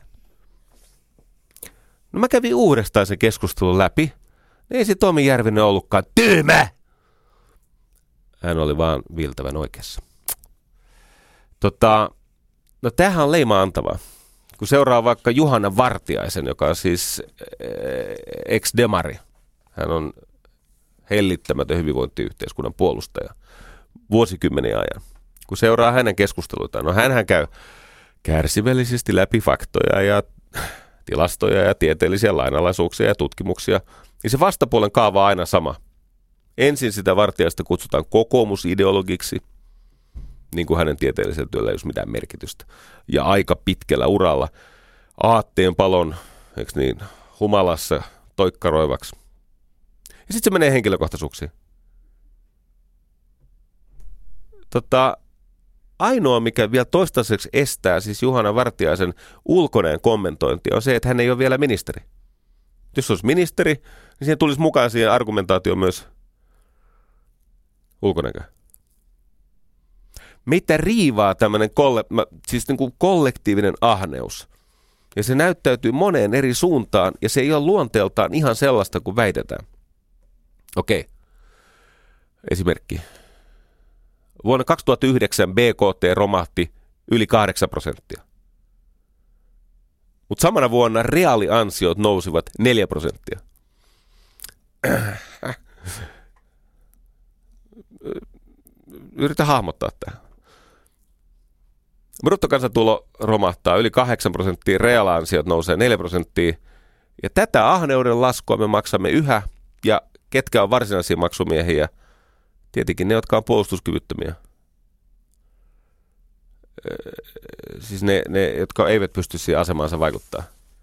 No mä kävin uudestaan sen keskustelun läpi, ei se Tomi Järvinen ollutkaan tyhmä. Hän oli vaan viiltävän oikeassa. Tota, no tämähän on leima antavaa. Kun seuraa vaikka Juhana Vartiaisen, joka on siis ex-demari. Hän on hellittämätön hyvinvointiyhteiskunnan puolustaja vuosikymmeniä ajan. Kun seuraa hänen keskusteluitaan, no hänhän käy kärsivällisesti läpi faktoja ja tilastoja ja tieteellisiä lainalaisuuksia ja tutkimuksia, niin se vastapuolen kaava on aina sama. Ensin sitä Vartiaista kutsutaan kokoomusideologiksi, niin kuin hänen tieteellisellä työllä ei olisi mitään merkitystä. Ja aika pitkällä uralla aatteen palon, eikö niin, humalassa toikkaroivaksi. Ja sitten se menee henkilökohtaisuuksiin. Tota, ainoa, mikä vielä toistaiseksi estää siis Juhana Vartiaisen ulkoneen kommentointi, on se, että hän ei ole vielä ministeri. Jos se olisi ministeri, niin siihen tulisi mukaan siihen argumentaatioon myös ulkonäkö. Mitä riivaa tämmöinen kolle, siis niin kuin kollektiivinen ahneus. Ja se näyttäytyy moneen eri suuntaan, ja se ei ole luonteeltaan ihan sellaista kuin väitetään. Okei. Esimerkki. Vuonna kaksituhattayhdeksän B K T romahti yli kahdeksan prosenttia. Mutta samana vuonna reaaliansiot nousivat neljä prosenttia. Yritä hahmottaa tämä. Bruttokansantulo romahtaa yli kahdeksan prosenttia, reaaliansiot nousee neljä prosenttia. Ja tätä ahneuden laskua me maksamme yhä. Ja ketkä on varsinaisia maksumiehiä? Tietenkin ne, jotka on puolustuskyvyttömiä. Siis ne, ne jotka eivät pysty siihen asemaansa vaikuttaa.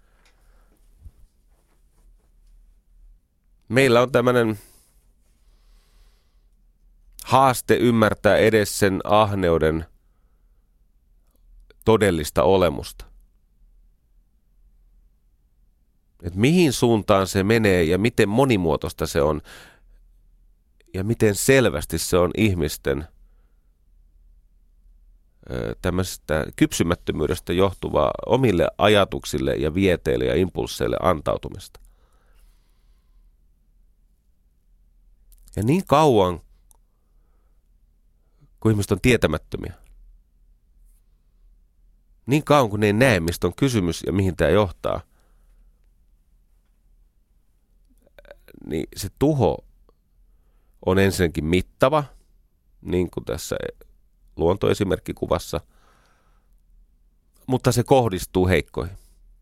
Meillä on tämmöinen haaste ymmärtää edes sen ahneuden todellista olemusta. Et mihin suuntaan se menee ja miten monimuotoista se on ja miten selvästi se on ihmisten tämmöisestä kypsymättömyydestä johtuvaa omille ajatuksille ja vieteille ja impulseille antautumista. Ja niin kauan, kun ihmiset on tietämättömiä, niin kauan kun ne ei näe, mistä on kysymys ja mihin tämä johtaa, niin se tuho on ensinnäkin mittava, niin kuin tässä luontoesimerkkikuvassa, mutta se kohdistuu heikkoihin.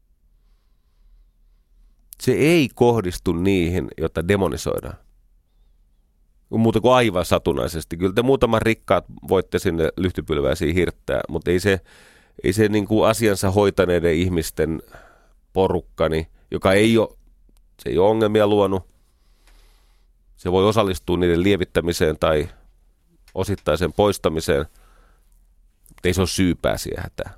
Se ei kohdistu niihin, joita demonisoidaan. Muuta kuin aivan satunnaisesti. Kyllä te muutaman rikkaat voitte sinne lyhtypylväisiin hirttää, mutta ei se, ei se niin kuin asiansa hoitaneiden ihmisten porukkani, joka ei ole, se ei ole ongelmia luonut. Se voi osallistua niiden lievittämiseen tai osittaiseen poistamiseen, mutta ei se ole syypää siihen hätään.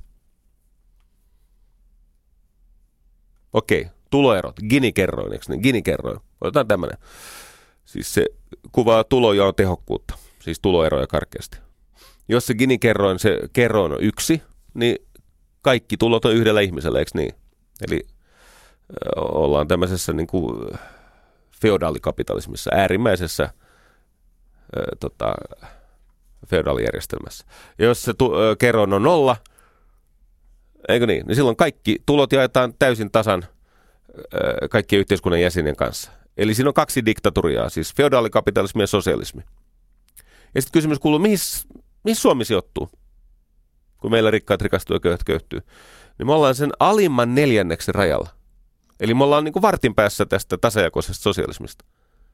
Okei, tuloerot, Gini-kerroin, eikö niin? Gini-kerroin, otetaan tämmöinen. Siis se kuvaa tulojaon tehokkuutta, siis tuloeroja karkeasti. Jos se Gini-kerroin, se kerroin on yksi, niin kaikki tulot on yhdellä ihmisellä, eikö niin? Eli ollaan tämmöisessä niin kuin feodaalikapitalismissa, äärimmäisessä ää, tota, feodaalijärjestelmässä. Ja jos se tu- ää, kerroin on nolla, eikö niin, niin silloin kaikki tulot jaetaan täysin tasan ää, kaikkien yhteiskunnan jäsenien kanssa. Eli siinä on kaksi diktatuuriaa, siis feodaalikapitalismi ja sosialismi. Ja sitten kysymys kuuluu, mihin, mihin Suomi sijoittuu, kun meillä rikkaat rikastuu ja köyhät köyhtyy. Niin me ollaan sen alimman neljänneksen rajalla. Eli me ollaan niin kuin vartin päässä tästä tasajakoisesta sosialismista.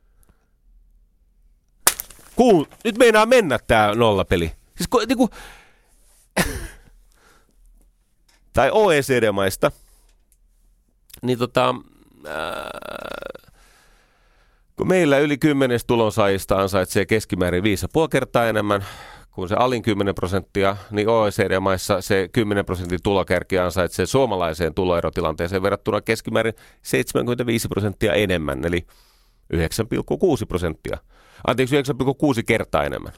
Kuul, nyt meinaa mennä tää nollapeli. Siis kun, niin kuin, tai O E C D-maista, niin tota, ää, kun meillä yli kymmenes tulonsaajista ansaitsee keskimäärin viisi ja puoli kertaa enemmän kuin se alin kymmenen prosenttia, niin O E C D-maissa se kymmenen prosentin tulokärki ansaitsee suomalaiseen tuloerotilanteeseen verrattuna keskimäärin seitsemänkymmentäviisi prosenttia enemmän, eli yhdeksän pilkku kuusi prosenttia. Anteeksi, yhdeksän pilkku kuusi kertaa enemmän.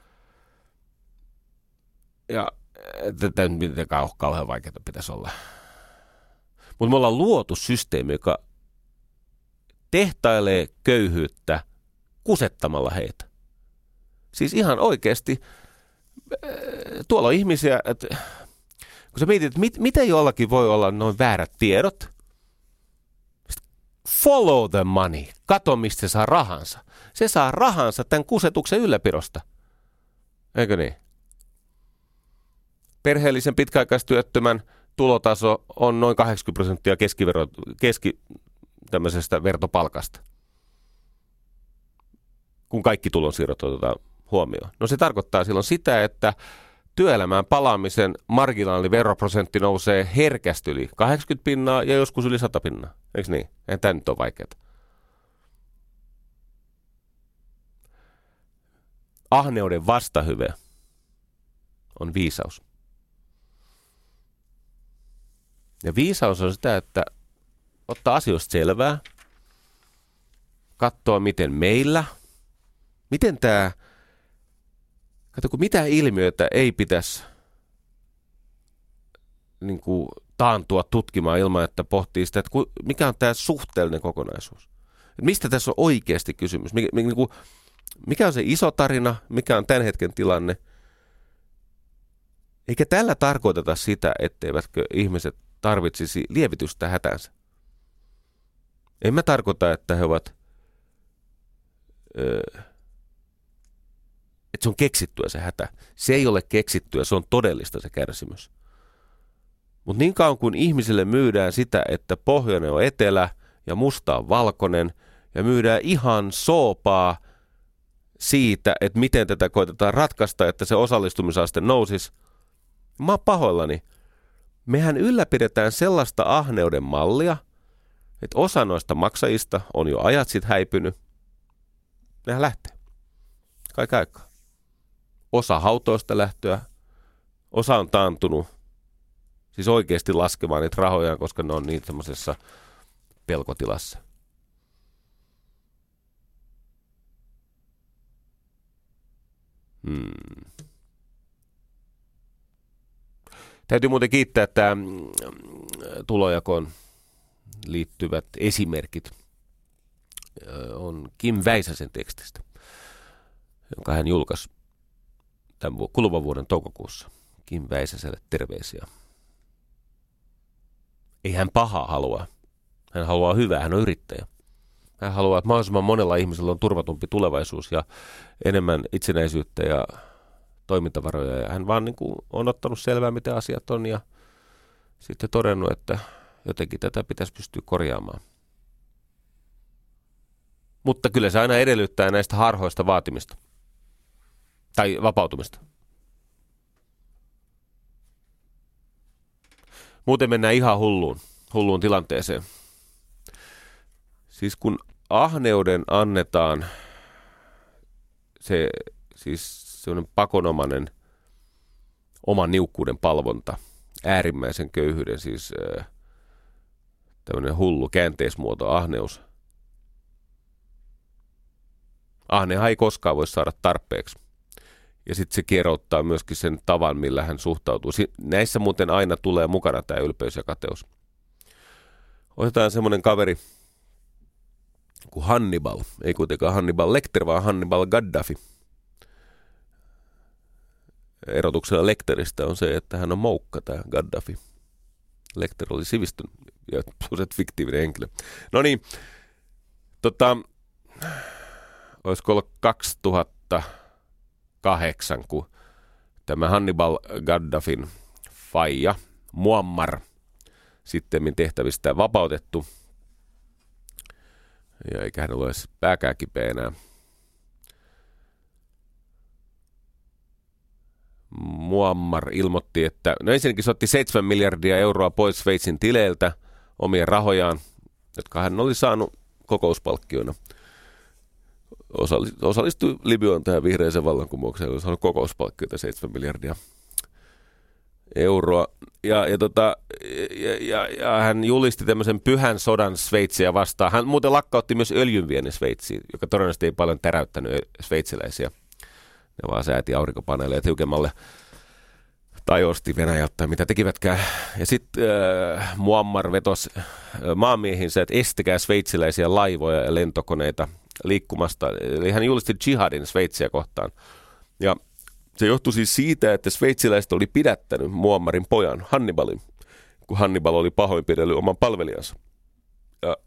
Ja tätä nyt mitenkään kauhean vaikeaa pitäisi olla. Mutta me ollaan luotu systeemi, joka tehtailee köyhyyttä kusettamalla heitä. Siis ihan oikeasti, tuolla on ihmisiä, että kun sä mietit, että mit, miten jollakin voi olla noin väärät tiedot, follow the money, kato mistä se saa rahansa. Se saa rahansa tämän kusetuksen ylläpidosta. Eikö niin? Perheellisen pitkäaikaistyöttömän tulotaso on noin kahdeksankymmentä prosenttia keskivero, keski tämmöisestä vertopalkasta, kun kaikki tulonsiirrot otetaan huomioon. No se tarkoittaa silloin sitä, että työelämään palaamisen marginaaliveroprosentti nousee herkästi yli kahdeksankymmentä pinnaa ja joskus yli sata pinnaa. Eikö niin? Eihän tämä nyt ole vaikeaa. Ahneuden vastahyve on viisaus. Ja viisaus on sitä, että ottaa asioista selvää, katsoa miten meillä, miten tämä, kato kun mitä ilmiöitä ei pitäisi niin kuin taantua tutkimaan ilman, että pohtii sitä, että mikä on tämä suhteellinen kokonaisuus. Että mistä tässä on oikeasti kysymys, mikä, niin kuin, mikä on se iso tarina, mikä on tämän hetken tilanne. Eikä tällä tarkoiteta sitä, etteivätkö ihmiset tarvitsisi lievitystä hätänsä. En mä tarkoita, että he ovat, öö, että se on keksittyä se hätä. Se ei ole keksittyä, se on todellista se kärsimys. Mutta niin kauan kuin ihmisille myydään sitä, että pohjoinen on etelä ja musta on valkoinen, ja myydään ihan soopaa siitä, että miten tätä koitetaan ratkaista, että se osallistumisaste nousisi, mä oon pahoillani. Mehän ylläpidetään sellaista ahneuden mallia, että osa noista maksajista on jo ajat sitten häipynyt. Nehän lähtee. Kaikki aikaa. Osa hautoista lähtöä, osa on taantunut. Siis oikeasti laskemaan niitä rahoja, koska ne on niin semmoisessa pelkotilassa. Hmm. Täytyy muuten kiittää, että tulojakoon liittyvät esimerkit on Kim Väisäsen tekstistä. jonka hän julkaisi tämän kuluvan vuoden toukokuussa. Kim Väisäselle terveisiä. Ei hän pahaa halua. Hän haluaa hyvää, hän on yrittäjä. Hän haluaa, että mahdollisimman monella ihmisellä on turvatumpi tulevaisuus ja enemmän itsenäisyyttä ja toimintavaroja. Ja hän vaan niin kuin on ottanut selvää, miten asiat on ja sitten todennut, että jotenkin tätä pitäisi pystyä korjaamaan. Mutta kyllä se aina edellyttää näistä harhoista vaatimista. Tai vapautumista. Muuten mennään ihan hulluun, hulluun tilanteeseen. Siis kun ahneuden annetaan se siis sellainen pakonomainen oman niukkuuden palvonta, äärimmäisen köyhyyden, siis äh, tämmöinen hullu käänteismuoto, ahneus. Ahnehan ei koskaan voi saada tarpeeksi. Ja sitten se kierrottaa myöskin sen tavan, millä hän suhtautuu. Näissä muuten aina tulee mukana tämä ylpeys ja kateus. Otetaan semmoinen kaveri kuin Hannibal. Ei kuitenkaan Hannibal Lecter, vaan Hannibal Gaddafi. Erotuksella Lecteristä on se, että hän on moukka, tämä Gaddafi. Lecter oli sivistynyt ja fiktiivinen henkilö. No niin, tota, olisiko ollut kaksituhattakahdeksan, kun tämä Hannibal Gaddafin faija, Muammar, sittemmin tehtävistä vapautettu. Ja eikä hän ole edes pääkään kipeä enää. Muammar ilmoitti, että no ensinnäkin se otti seitsemän miljardia euroa pois Sveitsin tileiltä omien rahojaan, jotka hän oli saanut kokouspalkkioina. Osallistui Libyan tähän vihreäseen vallankumoukseen, oli saanut kokouspalkkioita seitsemän miljardia euroa. Ja, ja, tota, ja, ja, ja hän julisti tämmöisen pyhän sodan Sveitsiä vastaan. Hän muuten lakkautti myös öljynviennin Sveitsiin, joka todennäköisesti ei paljon täräyttänyt sveitsiläisiä. Ne vaan sääti aurinkopaneeleja tiukemmalle tai osti Venäjältä tai mitä tekivätkään. Ja sitten äh, Muammar vetosi äh, maamiehinsä, että estäkää sveitsiläisiä laivoja ja lentokoneita liikkumasta. Eli hän julisti jihadin Sveitsiä kohtaan. Ja se johtui siis siitä, että sveitsiläiset oli pidättänyt Muammarin pojan Hannibalin, kun Hannibal oli pahoinpidellyt oman palvelijansa. Ja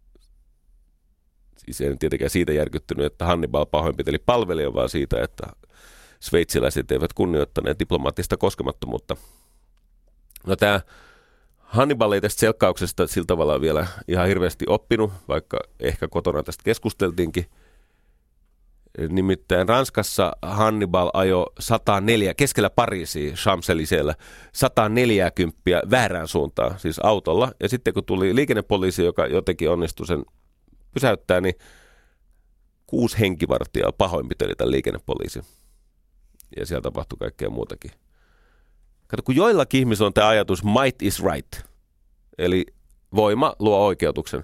siis ei tietenkään siitä järkyttynyt, että Hannibal pahoinpiteli palvelijan, vaan siitä, että sveitsiläiset eivät kunnioittaneet diplomaattista koskemattomuutta. No tämä Hannibal ei tästä selkkauksesta sillä tavalla vielä ihan hirveästi oppinut, vaikka ehkä kotona tästä keskusteltiinkin. Nimittäin Ranskassa Hannibal ajoi sata neljä, keskellä Pariisia, Champs-Élysées'llä, sata neljäkymmentä väärään suuntaan, siis autolla. Ja sitten kun tuli liikennepoliisi, joka jotenkin onnistui sen pysäyttää, niin kuusi henkivartijaa pahoinpiteli tämän liikennepoliisin. Ja siellä tapahtui kaikkea muutakin. Kato, kun joillakin ihmisillä on tämä ajatus might is right, eli voima luo oikeutuksen.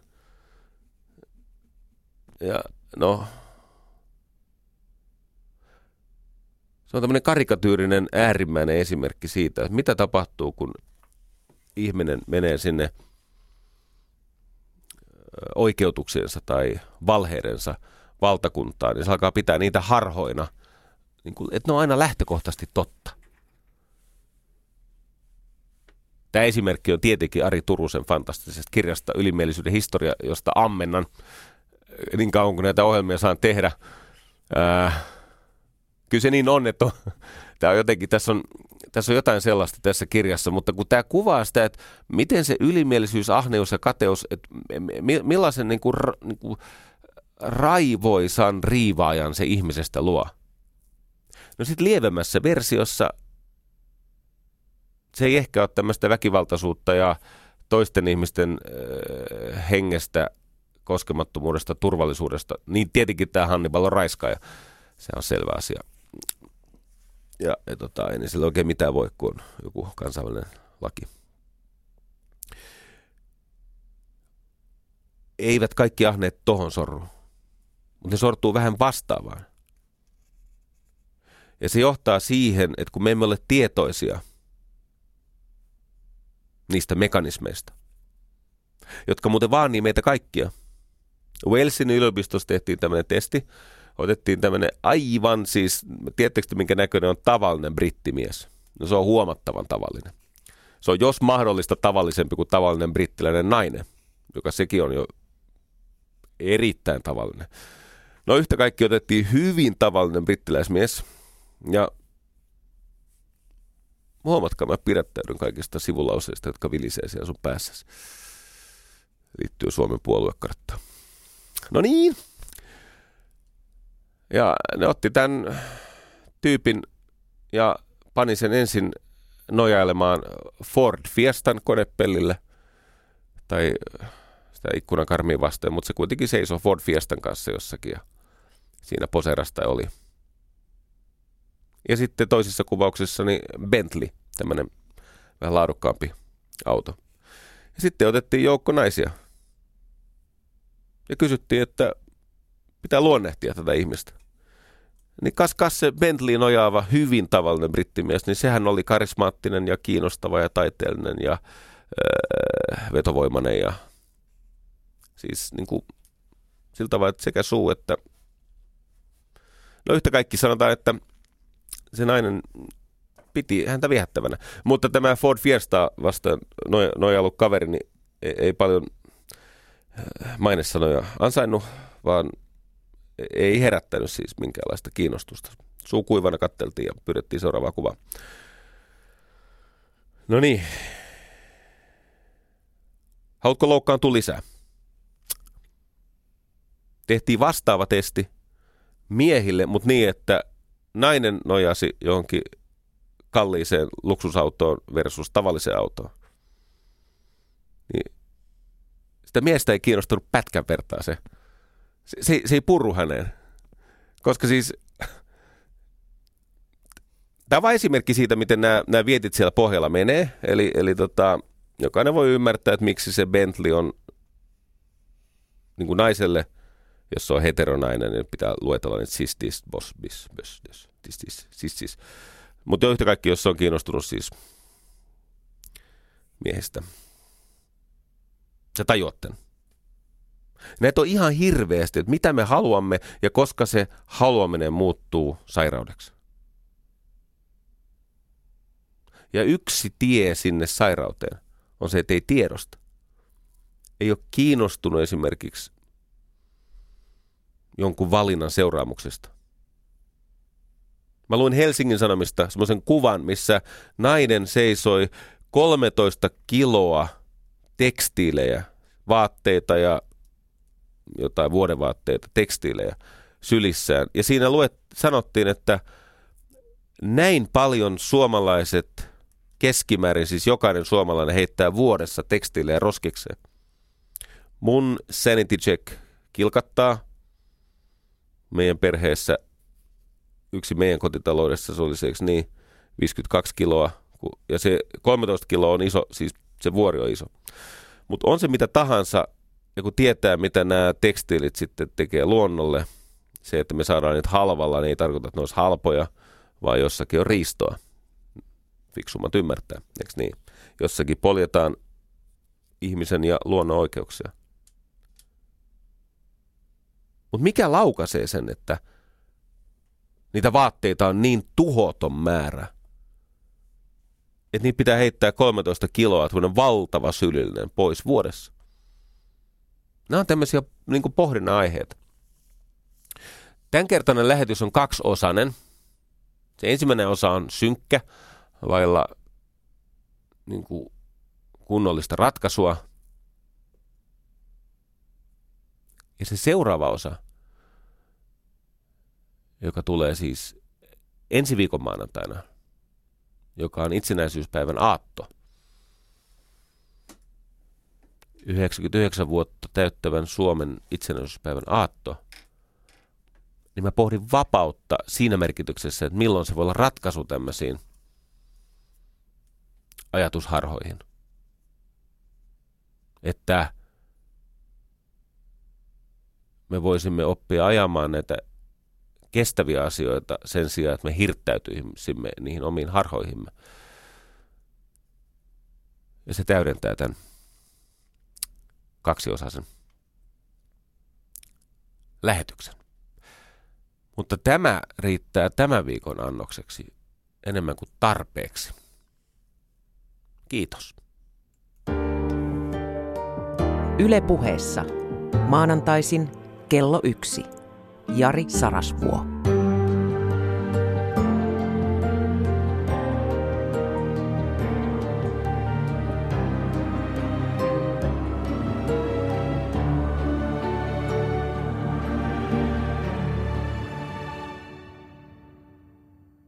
Ja no, se on tämmöinen karikatyyrinen äärimmäinen esimerkki siitä, että mitä tapahtuu, kun ihminen menee sinne oikeutuksensa tai valheidensa valtakuntaan, niin se alkaa pitää niitä harhoina, niin kuin, että ne on aina lähtökohtaisesti totta. Tämä esimerkki on tietenkin Ari Turusen fantastisesta kirjasta Ylimielisyyden historia, josta ammennan niin kauan kuin näitä ohjelmia saan tehdä. Ää, kyllä se niin on, että on, tämä on jotenkin, tässä, on, tässä on jotain sellaista tässä kirjassa, mutta kun tämä kuvaa sitä, että miten se ylimielisyys, ahneus ja kateus, että millaisen niin kuin, niin kuin raivoisan riivaajan se ihmisestä luo. No sitten lievemmässä versiossa se ei ehkä ole tämmöistä väkivaltaisuutta ja toisten ihmisten äh, hengestä, koskemattomuudesta, turvallisuudesta. Niin tietenkin tämä Hannibal on raiskaaja. Se on selvä asia. Ja, ja tota, ei niin sillä oikein mitään voi, kun on joku kansainvälinen laki. Eivät kaikki ahneet tohon sorru, mutta ne sortuu vähän vastaavaan. Ja se johtaa siihen, että kun me emme ole tietoisia niistä mekanismeista, jotka muuten vaanii meitä kaikkia. Walesin yliopistossa tehtiin tämmöinen testi. otettiin tämmöinen aivan siis, tiedättekö minkä näköinen on tavallinen brittimies? No se on huomattavan tavallinen. Se on jos mahdollista tavallisempi kuin tavallinen brittiläinen nainen, joka sekin on jo erittäin tavallinen. No yhtä kaikki otettiin hyvin tavallinen brittiläismies ja huomatkaa, mä pidättäydyn kaikista sivulauseista, jotka vilisee siellä sun päässäsi. Liittyy Suomen puoluekarttaan. No niin. Ja ne otti tämän tyypin ja pani sen ensin nojailemaan Ford Fiestan konepellille tai sitä ikkunakarmiin vasten, mutta se kuitenkin seisoi Ford Fiestan kanssa jossakin ja siinä poseerasta oli. Ja sitten toisissa kuvauksissa niin Bentley, tämmöinen vähän laadukkaampi auto. Ja sitten otettiin joukko naisia ja kysyttiin, että pitää luonnehtia tätä ihmistä. Niin kas, kas se Bentley nojaava hyvin tavallinen brittimies, niin sehän oli karismaattinen ja kiinnostava ja taiteellinen ja öö, vetovoimainen ja siis niin kuin sillä tavalla, että sekä suu että no yhtä kaikki sanotaan, että se nainen piti häntä viehättävänä. Mutta tämä Ford Fiesta vastaan nojailu kaveri niin ei, ei paljon mainesanoja ansainnut, vaan ei herättänyt siis minkäänlaista kiinnostusta. Suu kuivana katteltiin ja pyydettiin seuraavaa kuvaa. No niin. Haluatko loukkaantua lisää? Tehtiin vastaava testi miehille, mutta niin, että nainen nojasi johonkin kalliiseen luksusautoon versus tavalliseen autoon. Niin sitä miestä ei kiinnostunut pätkän vertaa se. Se, se, se ei purru häneen. Koska siis tämä on vain esimerkki siitä, miten nämä, nämä vietit siellä pohjalla menee. Eli, eli tota, jokainen voi ymmärtää, että miksi se Bentley on niin kuin naiselle, jos se on heteronainen, niin pitää luetella niitä sis, dis, bos, bis, bös, des, dis, dis, sis, sis. Mutta jo yhtä kaikki, jos se on kiinnostunut siis miehistä. Sä tajuat tämän. Näitä on ihan hirveästi, että mitä me haluamme ja koska se haluaminen muuttuu sairaudeksi. Ja yksi tie sinne sairauteen on se, että ei tiedosta. Ei ole kiinnostunut esimerkiksi jonkun valinnan seuraamuksesta. Mä luin Helsingin Sanomista semmoisen kuvan, missä nainen seisoi kolmetoista kiloa tekstiilejä, vaatteita ja jotain vuodevaatteita, tekstiilejä sylissään. Ja siinä luet, sanottiin, että näin paljon suomalaiset keskimäärin, siis jokainen suomalainen heittää vuodessa tekstiilejä roskikseen. Mun sanity check kilkattaa. Meidän perheessä, yksi meidän kotitaloudessa, se oli se, niin, viisikymmentäkaksi kiloa. Ja se kolmetoista kiloa on iso, siis se vuori on iso. Mutta on se mitä tahansa, ja kun tietää, mitä nämä tekstiilit sitten tekee luonnolle, se, että me saadaan niitä halvalla, niin ei tarkoita, että ne olisi halpoja, vaan jossakin on riistoa. Fiksummat ymmärtää, eikö niin? Jossakin poljetaan ihmisen ja luonnon oikeuksia. Mutta mikä laukaisee sen, että niitä vaatteita on niin tuhoton määrä, että niitä pitää heittää kolmetoista kiloa, tuollainen valtava sylillinen pois vuodessa? Nämä on tämmöisiä niin kuin pohdinnan aiheita. Tämänkertainen lähetys on kaksiosainen. Se ensimmäinen osa on synkkä, vailla niin kuin kunnollista ratkaisua. Ja se seuraava osa, joka tulee siis ensi viikon maanantaina, joka on itsenäisyyspäivän aatto. yhdeksänkymmentäyhdeksän vuotta täyttävän Suomen itsenäisyyspäivän aatto. Niin mä pohdin vapautta siinä merkityksessä, että milloin se voi olla ratkaisu tämmöisiin ajatusharhoihin. Että me voisimme oppia ajamaan näitä kestäviä asioita sen sijaan, että me hirttäytyisimme niihin omiin harhoihimme. Ja se täydentää tämän kaksiosaisen lähetyksen. Mutta tämä riittää tämän viikon annokseksi enemmän kuin tarpeeksi. Kiitos. Yle Puheessa. Maanantaisin kello yksi. Jari Sarasvuo.